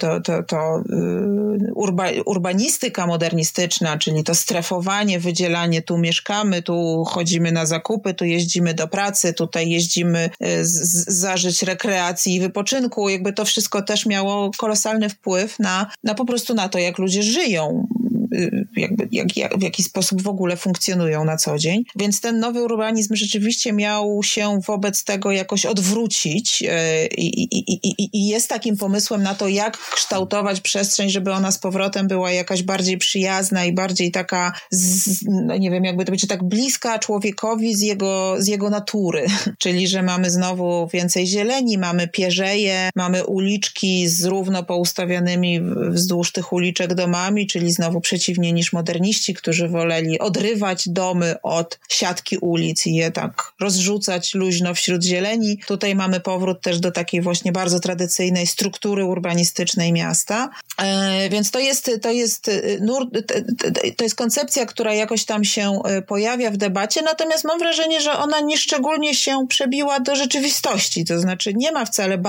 urbanistyka modernistyczna, czyli to strefowanie, wydzielanie, tu mieszkamy, tu chodzimy na zakupy, tu jeździmy do pracy, tutaj jeździmy zażyć rekreacji i wypoczynku, jakby to wszystko też miało kolosalny wpływ na po prostu na to, jak ludzie żyją. w jaki sposób w ogóle funkcjonują na co dzień. Więc ten nowy urbanizm rzeczywiście miał się wobec tego jakoś odwrócić i jest takim pomysłem na to, jak kształtować przestrzeń, żeby ona z powrotem była jakaś bardziej przyjazna i bardziej taka, nie wiem, jakby to będzie tak bliska człowiekowi z jego natury. Czyli, że mamy znowu więcej zieleni, mamy pierzeje, mamy uliczki z równo poustawianymi wzdłuż tych uliczek domami, czyli znowu przeciwnie niż moderniści, którzy woleli odrywać domy od siatki ulic i je tak rozrzucać luźno wśród zieleni. Tutaj mamy powrót też do takiej właśnie bardzo tradycyjnej struktury urbanistycznej miasta. Więc to jest koncepcja, która jakoś tam się pojawia w debacie, natomiast mam wrażenie, że ona nieszczególnie się przebiła do rzeczywistości. To znaczy nie ma wcale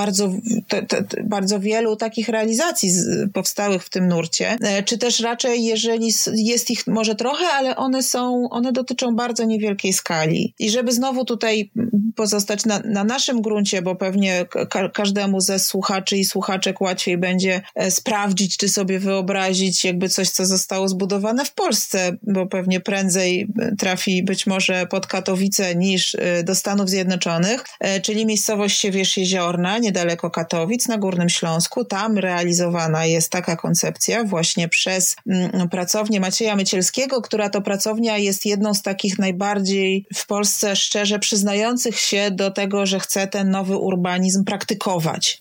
bardzo wielu takich realizacji powstałych w tym nurcie, czy też raczej jeżeli jest ich może trochę, ale one dotyczą bardzo niewielkiej skali. I żeby znowu tutaj pozostać na naszym gruncie, bo pewnie każdemu ze słuchaczy i słuchaczek łatwiej będzie sprawdzić, czy sobie wyobrazić jakby coś, co zostało zbudowane w Polsce, bo pewnie prędzej trafi być może pod Katowice niż do Stanów Zjednoczonych, czyli miejscowość Siewierz-Jeziorna, niedaleko Katowic, na Górnym Śląsku. Tam realizowana jest taka koncepcja właśnie przez pracownię Macieja Mycielskiego, która to pracownia jest jedną z takich najbardziej w Polsce szczerze przyznających się do tego, że chce ten nowy urbanizm praktykować.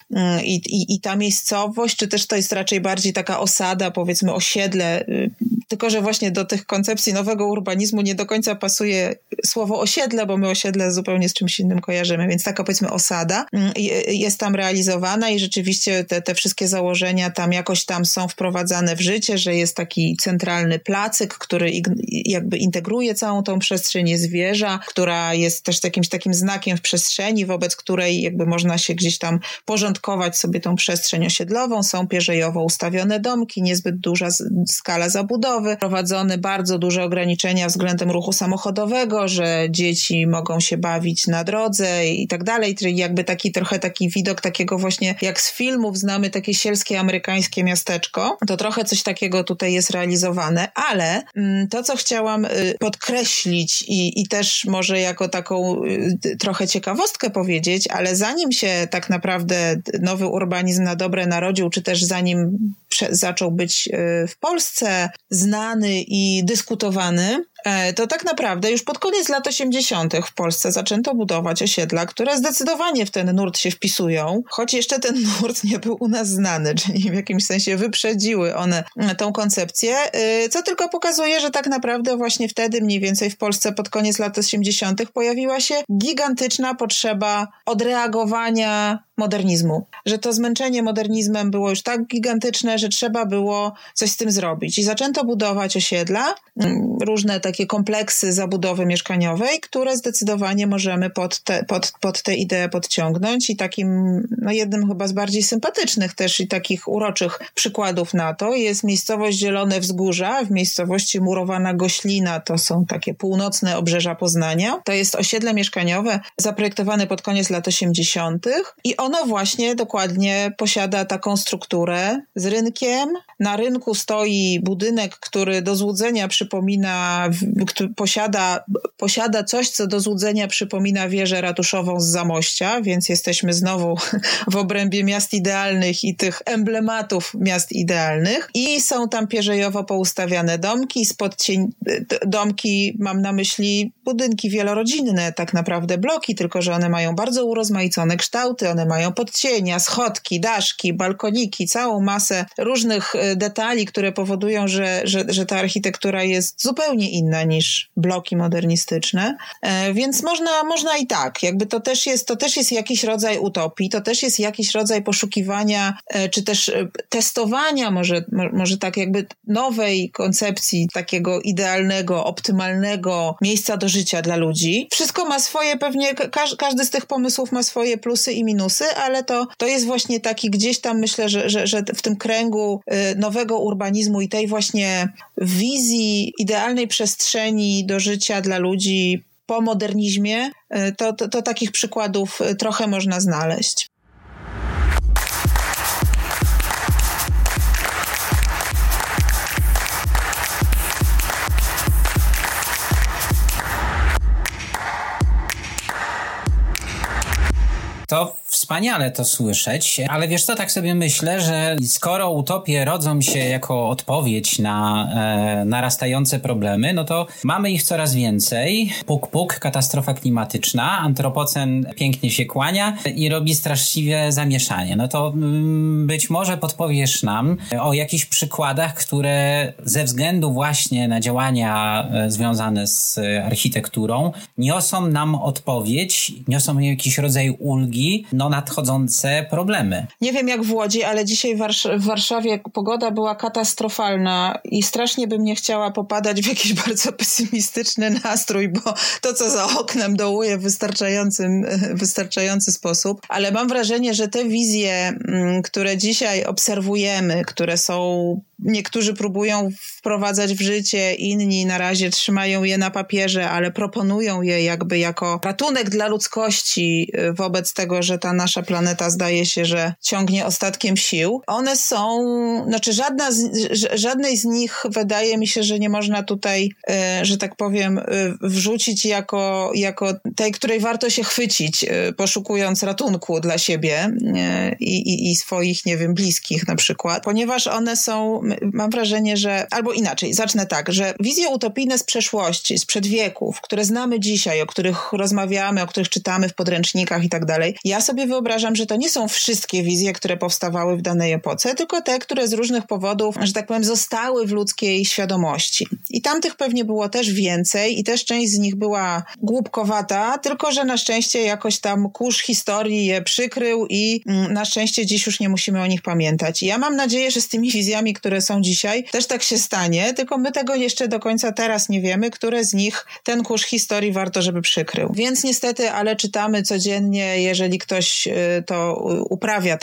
I ta miejscowość, czy też to jest raczej bardziej taka osada, powiedzmy osiedle, tylko że właśnie do tych koncepcji nowego urbanizmu nie do końca pasuje słowo osiedle, bo my osiedle zupełnie z czymś innym kojarzymy, więc taka powiedzmy osada jest tam realizowana i rzeczywiście te wszystkie założenia tam jakoś tam są wprowadzane w życie, że jest taki centralny placyk, który jakby integruje całą tą przestrzeń, jest wieża, która jest też jakimś takim znakiem w przestrzeni, wobec której jakby można się gdzieś tam porządkować sobie tą przestrzeń osiedlową. Są pierzejowo ustawione domki, niezbyt duża skala zabudowy, prowadzone bardzo duże ograniczenia względem ruchu samochodowego, że dzieci mogą się bawić na drodze i tak dalej, czyli jakby trochę taki widok takiego właśnie, jak z filmów znamy takie sielskie amerykańskie miasteczko, to trochę coś takiego tutaj jest realizowane, ale to, co chciałam podkreślić i też może jako taką trochę ciekawostkę powiedzieć, ale zanim się tak naprawdę nowy urbanizm na dobre narodził, czy też zanim zaczął być w Polsce znany i dyskutowany, to tak naprawdę już pod koniec lat 80. w Polsce zaczęto budować osiedla, które zdecydowanie w ten nurt się wpisują, choć jeszcze ten nurt nie był u nas znany, czyli w jakimś sensie wyprzedziły one tą koncepcję, co tylko pokazuje, że tak naprawdę właśnie wtedy mniej więcej w Polsce pod koniec lat 80. pojawiła się gigantyczna potrzeba odreagowania modernizmu. Że to zmęczenie modernizmem było już tak gigantyczne, że trzeba było coś z tym zrobić. I zaczęto budować osiedla, różne takie kompleksy zabudowy mieszkaniowej, które zdecydowanie możemy pod tę ideę podciągnąć i takim jednym chyba z bardziej sympatycznych też i takich uroczych przykładów na to jest miejscowość Zielone Wzgórza w miejscowości Murowana Goślina, to są takie północne obrzeża Poznania. To jest osiedle mieszkaniowe zaprojektowane pod koniec lat 80. i ono właśnie dokładnie posiada taką strukturę z rynkiem. Na rynku stoi budynek, który do złudzenia posiada coś, co do złudzenia przypomina wieżę ratuszową z Zamościa, więc jesteśmy znowu w obrębie miast idealnych i tych emblematów miast idealnych. I są tam pierzejowo poustawiane domki, domki, mam na myśli budynki wielorodzinne, tak naprawdę bloki, tylko że one mają bardzo urozmaicone kształty, one mają podcienia, schodki, daszki, balkoniki, całą masę różnych detali, które powodują, że ta architektura jest zupełnie inna niż bloki modernistyczne. Więc można i tak. Jakby to też jest jakiś rodzaj utopii, to też jest jakiś rodzaj poszukiwania, czy też testowania może tak jakby nowej koncepcji takiego idealnego, optymalnego miejsca do życia dla ludzi. Wszystko ma swoje, pewnie każdy z tych pomysłów ma swoje plusy i minusy, ale to jest właśnie taki gdzieś tam, myślę, że w tym kręgu nowego urbanizmu i tej właśnie wizji idealnej przestrzeni do życia dla ludzi po modernizmie, to takich przykładów trochę można znaleźć. wspaniale to słyszeć, ale wiesz co, tak sobie myślę, że skoro utopie rodzą się jako odpowiedź na narastające problemy, no to mamy ich coraz więcej. Puk, puk, katastrofa klimatyczna, antropocen pięknie się kłania i robi straszliwe zamieszanie. No to być może podpowiesz nam o jakichś przykładach, które ze względu właśnie na działania związane z architekturą niosą nam odpowiedź, niosą jakiś rodzaj ulgi, nadchodzące problemy. Nie wiem jak w Łodzi, ale dzisiaj w Warszawie pogoda była katastrofalna i strasznie bym nie chciała popadać w jakiś bardzo pesymistyczny nastrój, bo to, co za oknem dołuje w wystarczający sposób, ale mam wrażenie, że te wizje, które dzisiaj obserwujemy, które są, niektórzy próbują wprowadzać w życie, inni na razie trzymają je na papierze, ale proponują je jakby jako ratunek dla ludzkości wobec tego, że ta nasza planeta zdaje się, że ciągnie ostatkiem sił. One są, znaczy żadnej z nich wydaje mi się, że nie można tutaj, że tak powiem, wrzucić jako tej, której warto się chwycić, poszukując ratunku dla siebie i swoich, nie wiem, bliskich na przykład, ponieważ one są, mam wrażenie, że, albo inaczej, zacznę tak, że wizje utopijne z przeszłości, sprzed wieków, które znamy dzisiaj, o których rozmawiamy, o których czytamy w podręcznikach i tak dalej, ja sobie wyobrażam, że to nie są wszystkie wizje, które powstawały w danej epoce, tylko te, które z różnych powodów, że tak powiem, zostały w ludzkiej świadomości. I tamtych pewnie było też więcej i też część z nich była głupkowata, tylko że na szczęście jakoś tam kurz historii je przykrył i na szczęście dziś już nie musimy o nich pamiętać. I ja mam nadzieję, że z tymi wizjami, które są dzisiaj, też tak się stanie, tylko my tego jeszcze do końca teraz nie wiemy, które z nich ten kurz historii warto, żeby przykrył. Więc niestety, ale czytamy codziennie, jeżeli ktoś to uprawia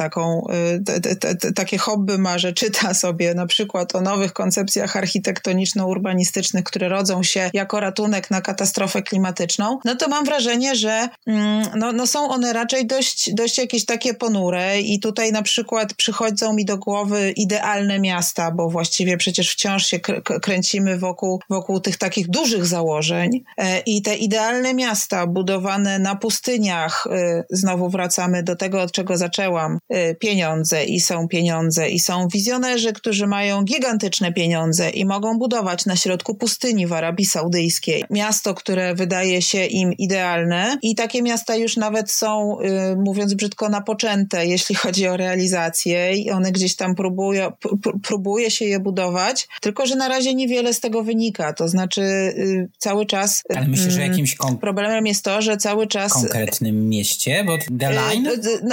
takie hobby ma, że czyta sobie na przykład o nowych koncepcjach architektoniczno-urbanistycznych, które rodzą się jako ratunek na katastrofę klimatyczną, no to mam wrażenie, że są one raczej dość jakieś takie ponure i tutaj na przykład przychodzą mi do głowy idealne miasta, bo właściwie przecież wciąż się kręcimy wokół tych takich dużych założeń i te idealne miasta budowane na pustyniach, znowu wracamy do tego, od czego zaczęłam, pieniądze i są wizjonerzy, którzy mają gigantyczne pieniądze i mogą budować na środku pustyni w Arabii Saudyjskiej miasto, które wydaje się im idealne i takie miasta już nawet są, mówiąc brzydko, napoczęte, jeśli chodzi o realizację i one gdzieś tam próbuje się je budować, tylko że na razie niewiele z tego wynika, to znaczy cały czas... Ale myślę, że jakimś problemem jest to, że cały czas... konkretnym mieście, bo The Line?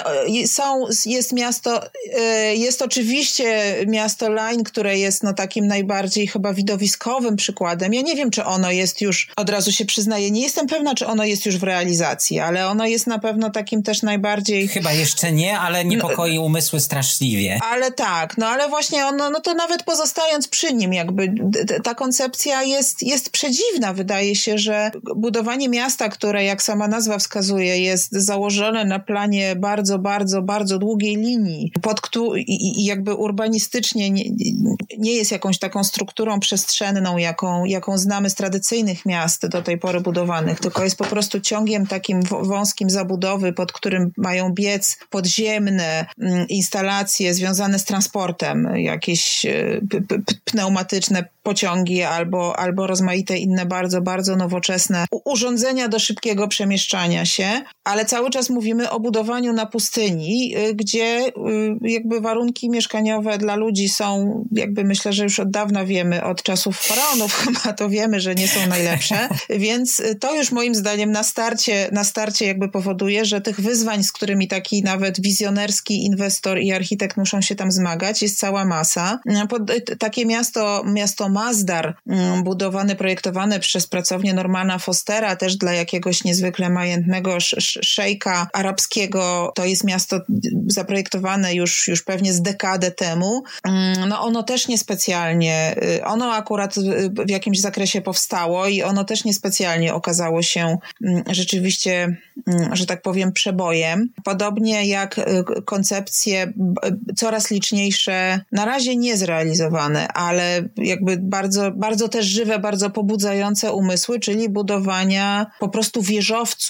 Jest miasto, jest oczywiście miasto Line, które jest takim najbardziej chyba widowiskowym przykładem. Ja nie wiem, czy ono jest już, od razu się przyznaję, nie jestem pewna, czy ono jest już w realizacji, ale ono jest na pewno takim też najbardziej... Chyba jeszcze nie, ale niepokoi umysły straszliwie. Ale tak, ale właśnie ono, to nawet pozostając przy nim, jakby ta koncepcja jest przedziwna. Wydaje się, że budowanie miasta, które jak sama nazwa wskazuje, jest założone na planie bardzo, bardzo, bardzo długiej linii, i jakby urbanistycznie nie jest jakąś taką strukturą przestrzenną, jaką znamy z tradycyjnych miast do tej pory budowanych, tylko jest po prostu ciągiem takim wąskim zabudowy, pod którym mają biec podziemne instalacje związane z transportem, jakieś pneumatyczne pociągi albo rozmaite inne bardzo, bardzo nowoczesne urządzenia do szybkiego przemieszczania się, ale cały czas mówimy o budowaniu na pustyni, gdzie jakby warunki mieszkaniowe dla ludzi są, jakby myślę, że już od dawna wiemy, od czasów faraonów chyba to wiemy, że nie są najlepsze, więc to już moim zdaniem na starcie jakby powoduje, że tych wyzwań, z którymi taki nawet wizjonerski inwestor i architekt muszą się tam zmagać, jest cała masa. Takie miasto Masdar, projektowane przez pracownię Normana Fostera, też dla jakiegoś niezwykle majętnego szejka arabskiego, to jest miasto zaprojektowane już pewnie z dekadę temu. Ono też niespecjalnie, ono akurat w jakimś zakresie powstało i ono też niespecjalnie okazało się rzeczywiście, że tak powiem, przebojem. Podobnie jak koncepcje coraz liczniejsze, na razie niezrealizowane, ale jakby bardzo, bardzo też żywe, bardzo pobudzające umysły, czyli budowania po prostu wieżowców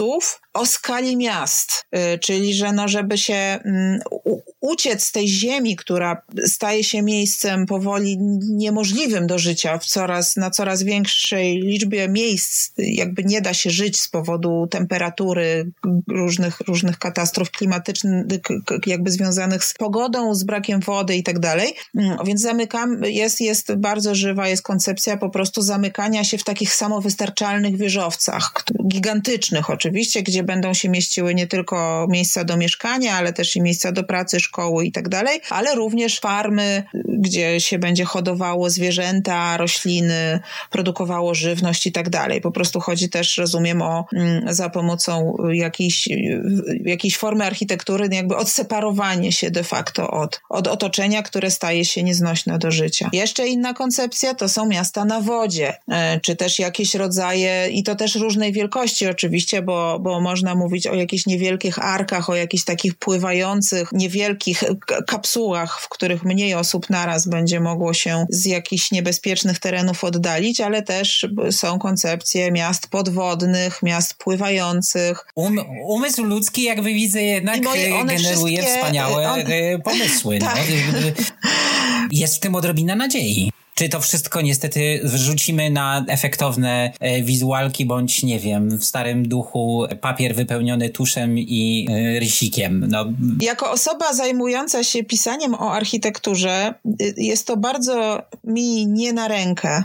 o skali miast, czyli że żeby się uciec z tej ziemi, która staje się miejscem powoli niemożliwym do życia na coraz większej liczbie miejsc, jakby nie da się żyć z powodu temperatury, różnych katastrof klimatycznych, jakby związanych z pogodą, z brakiem wody i tak dalej. Więc jest bardzo żywa, jest koncepcja po prostu zamykania się w takich samowystarczalnych wieżowcach, gigantycznych oczywiście, gdzie będą się mieściły nie tylko miejsca do mieszkania, ale też i miejsca do pracy, szkoły i tak dalej, ale również farmy, gdzie się będzie hodowało zwierzęta, rośliny, produkowało żywność i tak dalej. Po prostu chodzi też, rozumiem, za pomocą jakiejś formy architektury, jakby odseparowanie się de facto od otoczenia, które staje się nieznośne do życia. Jeszcze inna koncepcja to są miasta na wodzie, czy też jakieś rodzaje, i to też różnej wielkości oczywiście, bo można mówić o jakichś niewielkich arkach, o jakichś takich pływających, niewielkich kapsułach, w których mniej osób naraz będzie mogło się z jakichś niebezpiecznych terenów oddalić, ale też są koncepcje miast podwodnych, miast pływających. Umysł ludzki, jakby widzę, jednak generuje wspaniałe pomysły. Tak. No. Jest w tym odrobina nadziei. Czy to wszystko niestety wrzucimy na efektowne wizualki, bądź nie wiem, w starym duchu papier wypełniony tuszem i rysikiem? No. Jako osoba zajmująca się pisaniem o architekturze jest to bardzo mi nie na rękę,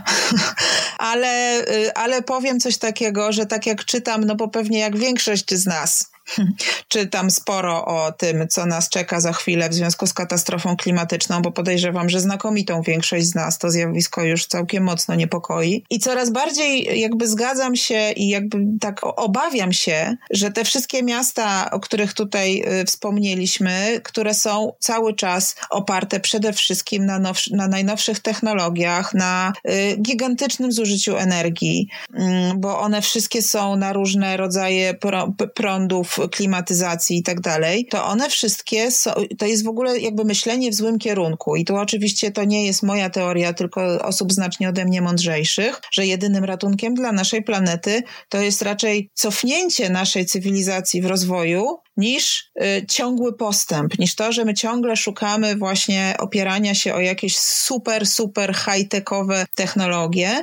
ale powiem coś takiego, że tak jak czytam, no bo pewnie jak większość z nas, czytam sporo o tym, co nas czeka za chwilę w związku z katastrofą klimatyczną, bo podejrzewam, że znakomitą większość z nas to zjawisko już całkiem mocno niepokoi. I coraz bardziej jakby zgadzam się i jakby tak obawiam się, że te wszystkie miasta, o których tutaj wspomnieliśmy, które są cały czas oparte przede wszystkim na najnowszych technologiach, na gigantycznym zużyciu energii, bo one wszystkie są na różne rodzaje prądów, klimatyzacji i tak dalej, to one wszystkie to jest w ogóle jakby myślenie w złym kierunku. I tu oczywiście to nie jest moja teoria, tylko osób znacznie ode mnie mądrzejszych, że jedynym ratunkiem dla naszej planety to jest raczej cofnięcie naszej cywilizacji w rozwoju niż ciągły postęp, niż to, że my ciągle szukamy właśnie opierania się o jakieś super high-techowe technologie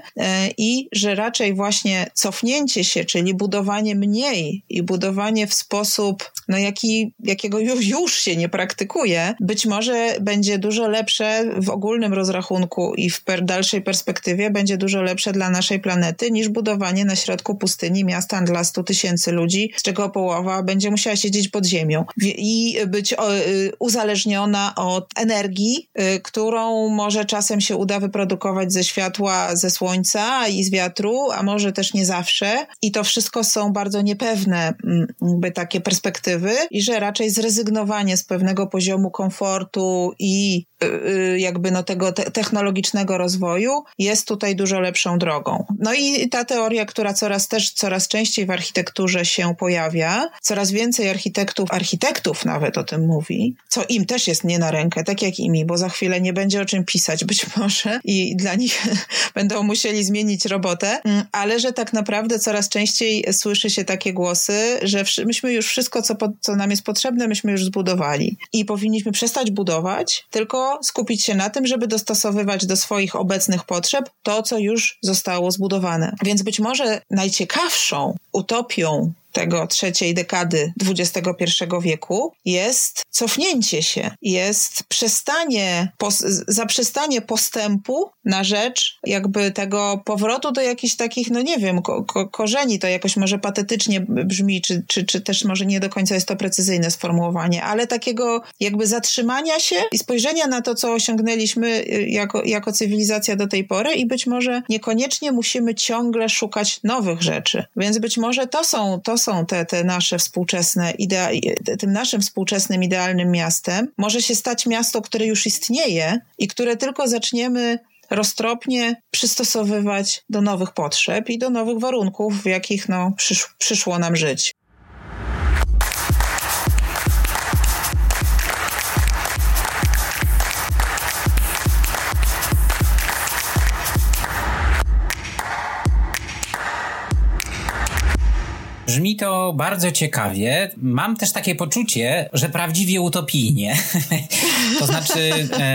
i że raczej właśnie cofnięcie się, czyli budowanie mniej i budowanie w sposób, jakiego już się nie praktykuje, być może będzie dużo lepsze w ogólnym rozrachunku i w dalszej perspektywie będzie dużo lepsze dla naszej planety niż budowanie na środku pustyni miasta dla 100 000 ludzi, z czego połowa będzie musiała siedzieć pod ziemią i być uzależniona od energii, którą może czasem się uda wyprodukować ze światła, ze słońca i z wiatru, a może też nie zawsze. I to wszystko są bardzo niepewne takie perspektywy i że raczej zrezygnowanie z pewnego poziomu komfortu i jakby tego technologicznego rozwoju jest tutaj dużo lepszą drogą. No i ta teoria, która coraz częściej w architekturze się pojawia, coraz więcej architektów nawet o tym mówi, co im też jest nie na rękę, tak jak i mi, bo za chwilę nie będzie o czym pisać być może i dla nich będą musieli zmienić robotę, ale że tak naprawdę coraz częściej słyszy się takie głosy, że myśmy już wszystko, co nam jest potrzebne, myśmy już zbudowali i powinniśmy przestać budować, tylko skupić się na tym, żeby dostosowywać do swoich obecnych potrzeb to, co już zostało zbudowane. Więc być może najciekawszą utopią tego trzeciej dekady XXI wieku jest cofnięcie się, jest zaprzestanie postępu na rzecz jakby tego powrotu do jakichś takich, korzeni. To jakoś może patetycznie brzmi, czy też może nie do końca jest to precyzyjne sformułowanie, ale takiego jakby zatrzymania się i spojrzenia na to, co osiągnęliśmy jako cywilizacja do tej pory i być może niekoniecznie musimy ciągle szukać nowych rzeczy. Więc być może to są te nasze współczesne tym naszym współczesnym idealnym miastem może się stać miasto, które już istnieje i które tylko zaczniemy roztropnie przystosowywać do nowych potrzeb i do nowych warunków, w jakich przyszło nam żyć. Brzmi to bardzo ciekawie. Mam też takie poczucie, że prawdziwie utopijnie. To znaczy,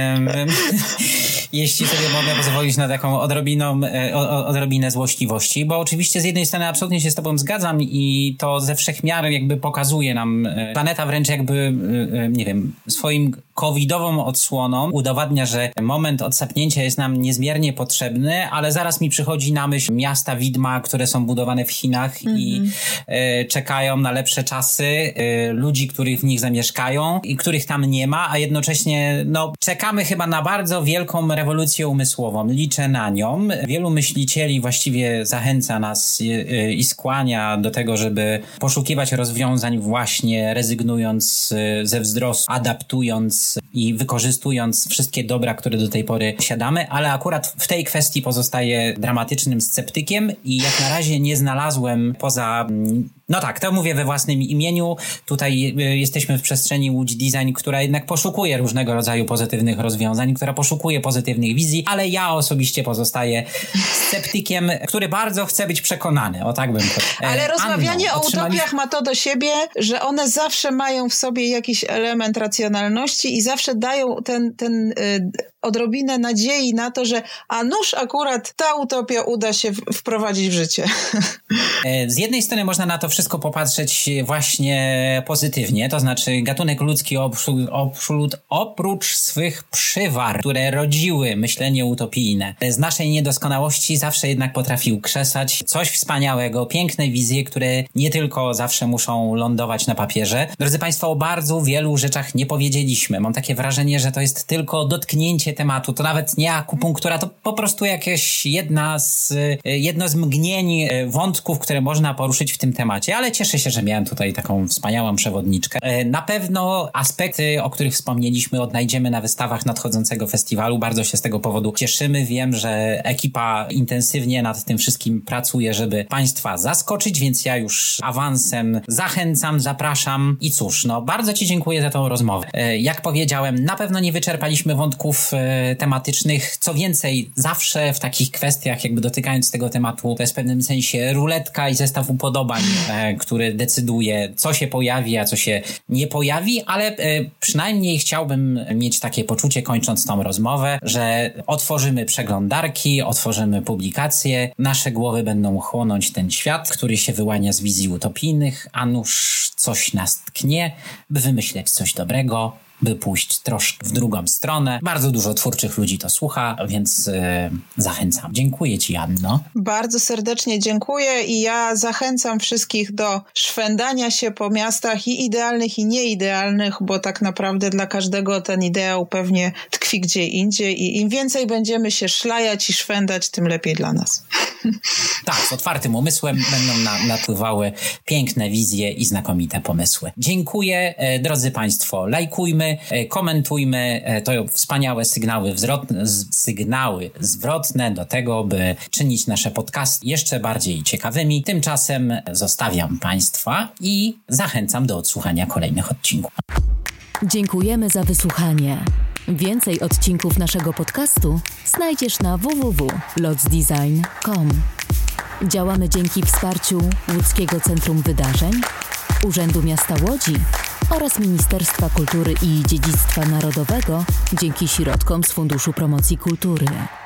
jeśli sobie mogę pozwolić na taką odrobinę złośliwości, bo oczywiście z jednej strony absolutnie się z tobą zgadzam i to ze wszechmiar jakby pokazuje nam, planeta wręcz jakby, nie wiem, swoim covidową odsłoną udowadnia, że moment odsapnięcia jest nam niezmiernie potrzebny, ale zaraz mi przychodzi na myśl miasta widma, które są budowane w Chinach i czekają na lepsze czasy, ludzi, których w nich zamieszkają i których tam nie ma, a jednocześnie czekamy chyba na bardzo wielką rewolucję umysłową. Liczę na nią. Wielu myślicieli właściwie zachęca nas i skłania do tego, żeby poszukiwać rozwiązań właśnie rezygnując ze wzrostu, adaptując i wykorzystując wszystkie dobra, które do tej pory posiadamy, ale akurat w tej kwestii pozostaję dramatycznym sceptykiem i jak na razie nie znalazłem poza... No tak, to mówię we własnym imieniu. Tutaj jesteśmy w przestrzeni Łódź Design, która jednak poszukuje różnego rodzaju pozytywnych rozwiązań, która poszukuje pozytywnych wizji, ale ja osobiście pozostaję sceptykiem, który bardzo chce być przekonany. O tak bym powiedział. Ale rozmawianie o utopiach ma to do siebie, że one zawsze mają w sobie jakiś element racjonalności i zawsze dają ten odrobinę nadziei na to, że a nuż akurat ta utopia uda się wprowadzić w życie. Z jednej strony można na to wszystko popatrzeć właśnie pozytywnie, to znaczy gatunek ludzki oprócz swych przywar, które rodziły myślenie utopijne, z naszej niedoskonałości zawsze jednak potrafił krzesać coś wspaniałego, piękne wizje, które nie tylko zawsze muszą lądować na papierze. Drodzy Państwo, o bardzo wielu rzeczach nie powiedzieliśmy. Mam takie wrażenie, że to jest tylko dotknięcie tematu. To nawet nie akupunktura, to po prostu jakieś jedno z mgnień wątków, które można poruszyć w tym temacie, ale cieszę się, że miałem tutaj taką wspaniałą przewodniczkę. Na pewno aspekty, o których wspomnieliśmy, odnajdziemy na wystawach nadchodzącego festiwalu. Bardzo się z tego powodu cieszymy. Wiem, że ekipa intensywnie nad tym wszystkim pracuje, żeby Państwa zaskoczyć, więc ja już awansem zachęcam, zapraszam i cóż, bardzo Ci dziękuję za tą rozmowę. Jak powiedziałem, na pewno nie wyczerpaliśmy wątków tematycznych. Co więcej, zawsze w takich kwestiach, jakby dotykając tego tematu, to jest w pewnym sensie ruletka i zestaw upodobań, który decyduje, co się pojawi, a co się nie pojawi, ale przynajmniej chciałbym mieć takie poczucie, kończąc tą rozmowę, że otworzymy przeglądarki, otworzymy publikacje, nasze głowy będą chłonąć ten świat, który się wyłania z wizji utopijnych, a nuż coś nas tknie, by wymyśleć coś dobrego, by pójść troszkę w drugą stronę. Bardzo dużo twórczych ludzi to słucha, więc zachęcam. Dziękuję Ci, Anno. Bardzo serdecznie dziękuję i ja zachęcam wszystkich do szwendania się po miastach i idealnych, i nieidealnych, bo tak naprawdę dla każdego ten ideał pewnie tkwi gdzie indziej i im więcej będziemy się szlajać i szwendać, tym lepiej dla nas. Tak, z otwartym umysłem będą napływały piękne wizje i znakomite pomysły. Dziękuję, drodzy Państwo. Lajkujmy, komentujmy, to wspaniałe sygnały zwrotne do tego, by czynić nasze podcasty jeszcze bardziej ciekawymi. Tymczasem zostawiam Państwa i zachęcam do odsłuchania kolejnych odcinków. Dziękujemy za wysłuchanie. Więcej odcinków naszego podcastu znajdziesz na www.lotsdesign.com. Działamy dzięki wsparciu Łódzkiego Centrum Wydarzeń, Urzędu Miasta Łodzi oraz Ministerstwa Kultury i Dziedzictwa Narodowego dzięki środkom z Funduszu Promocji Kultury.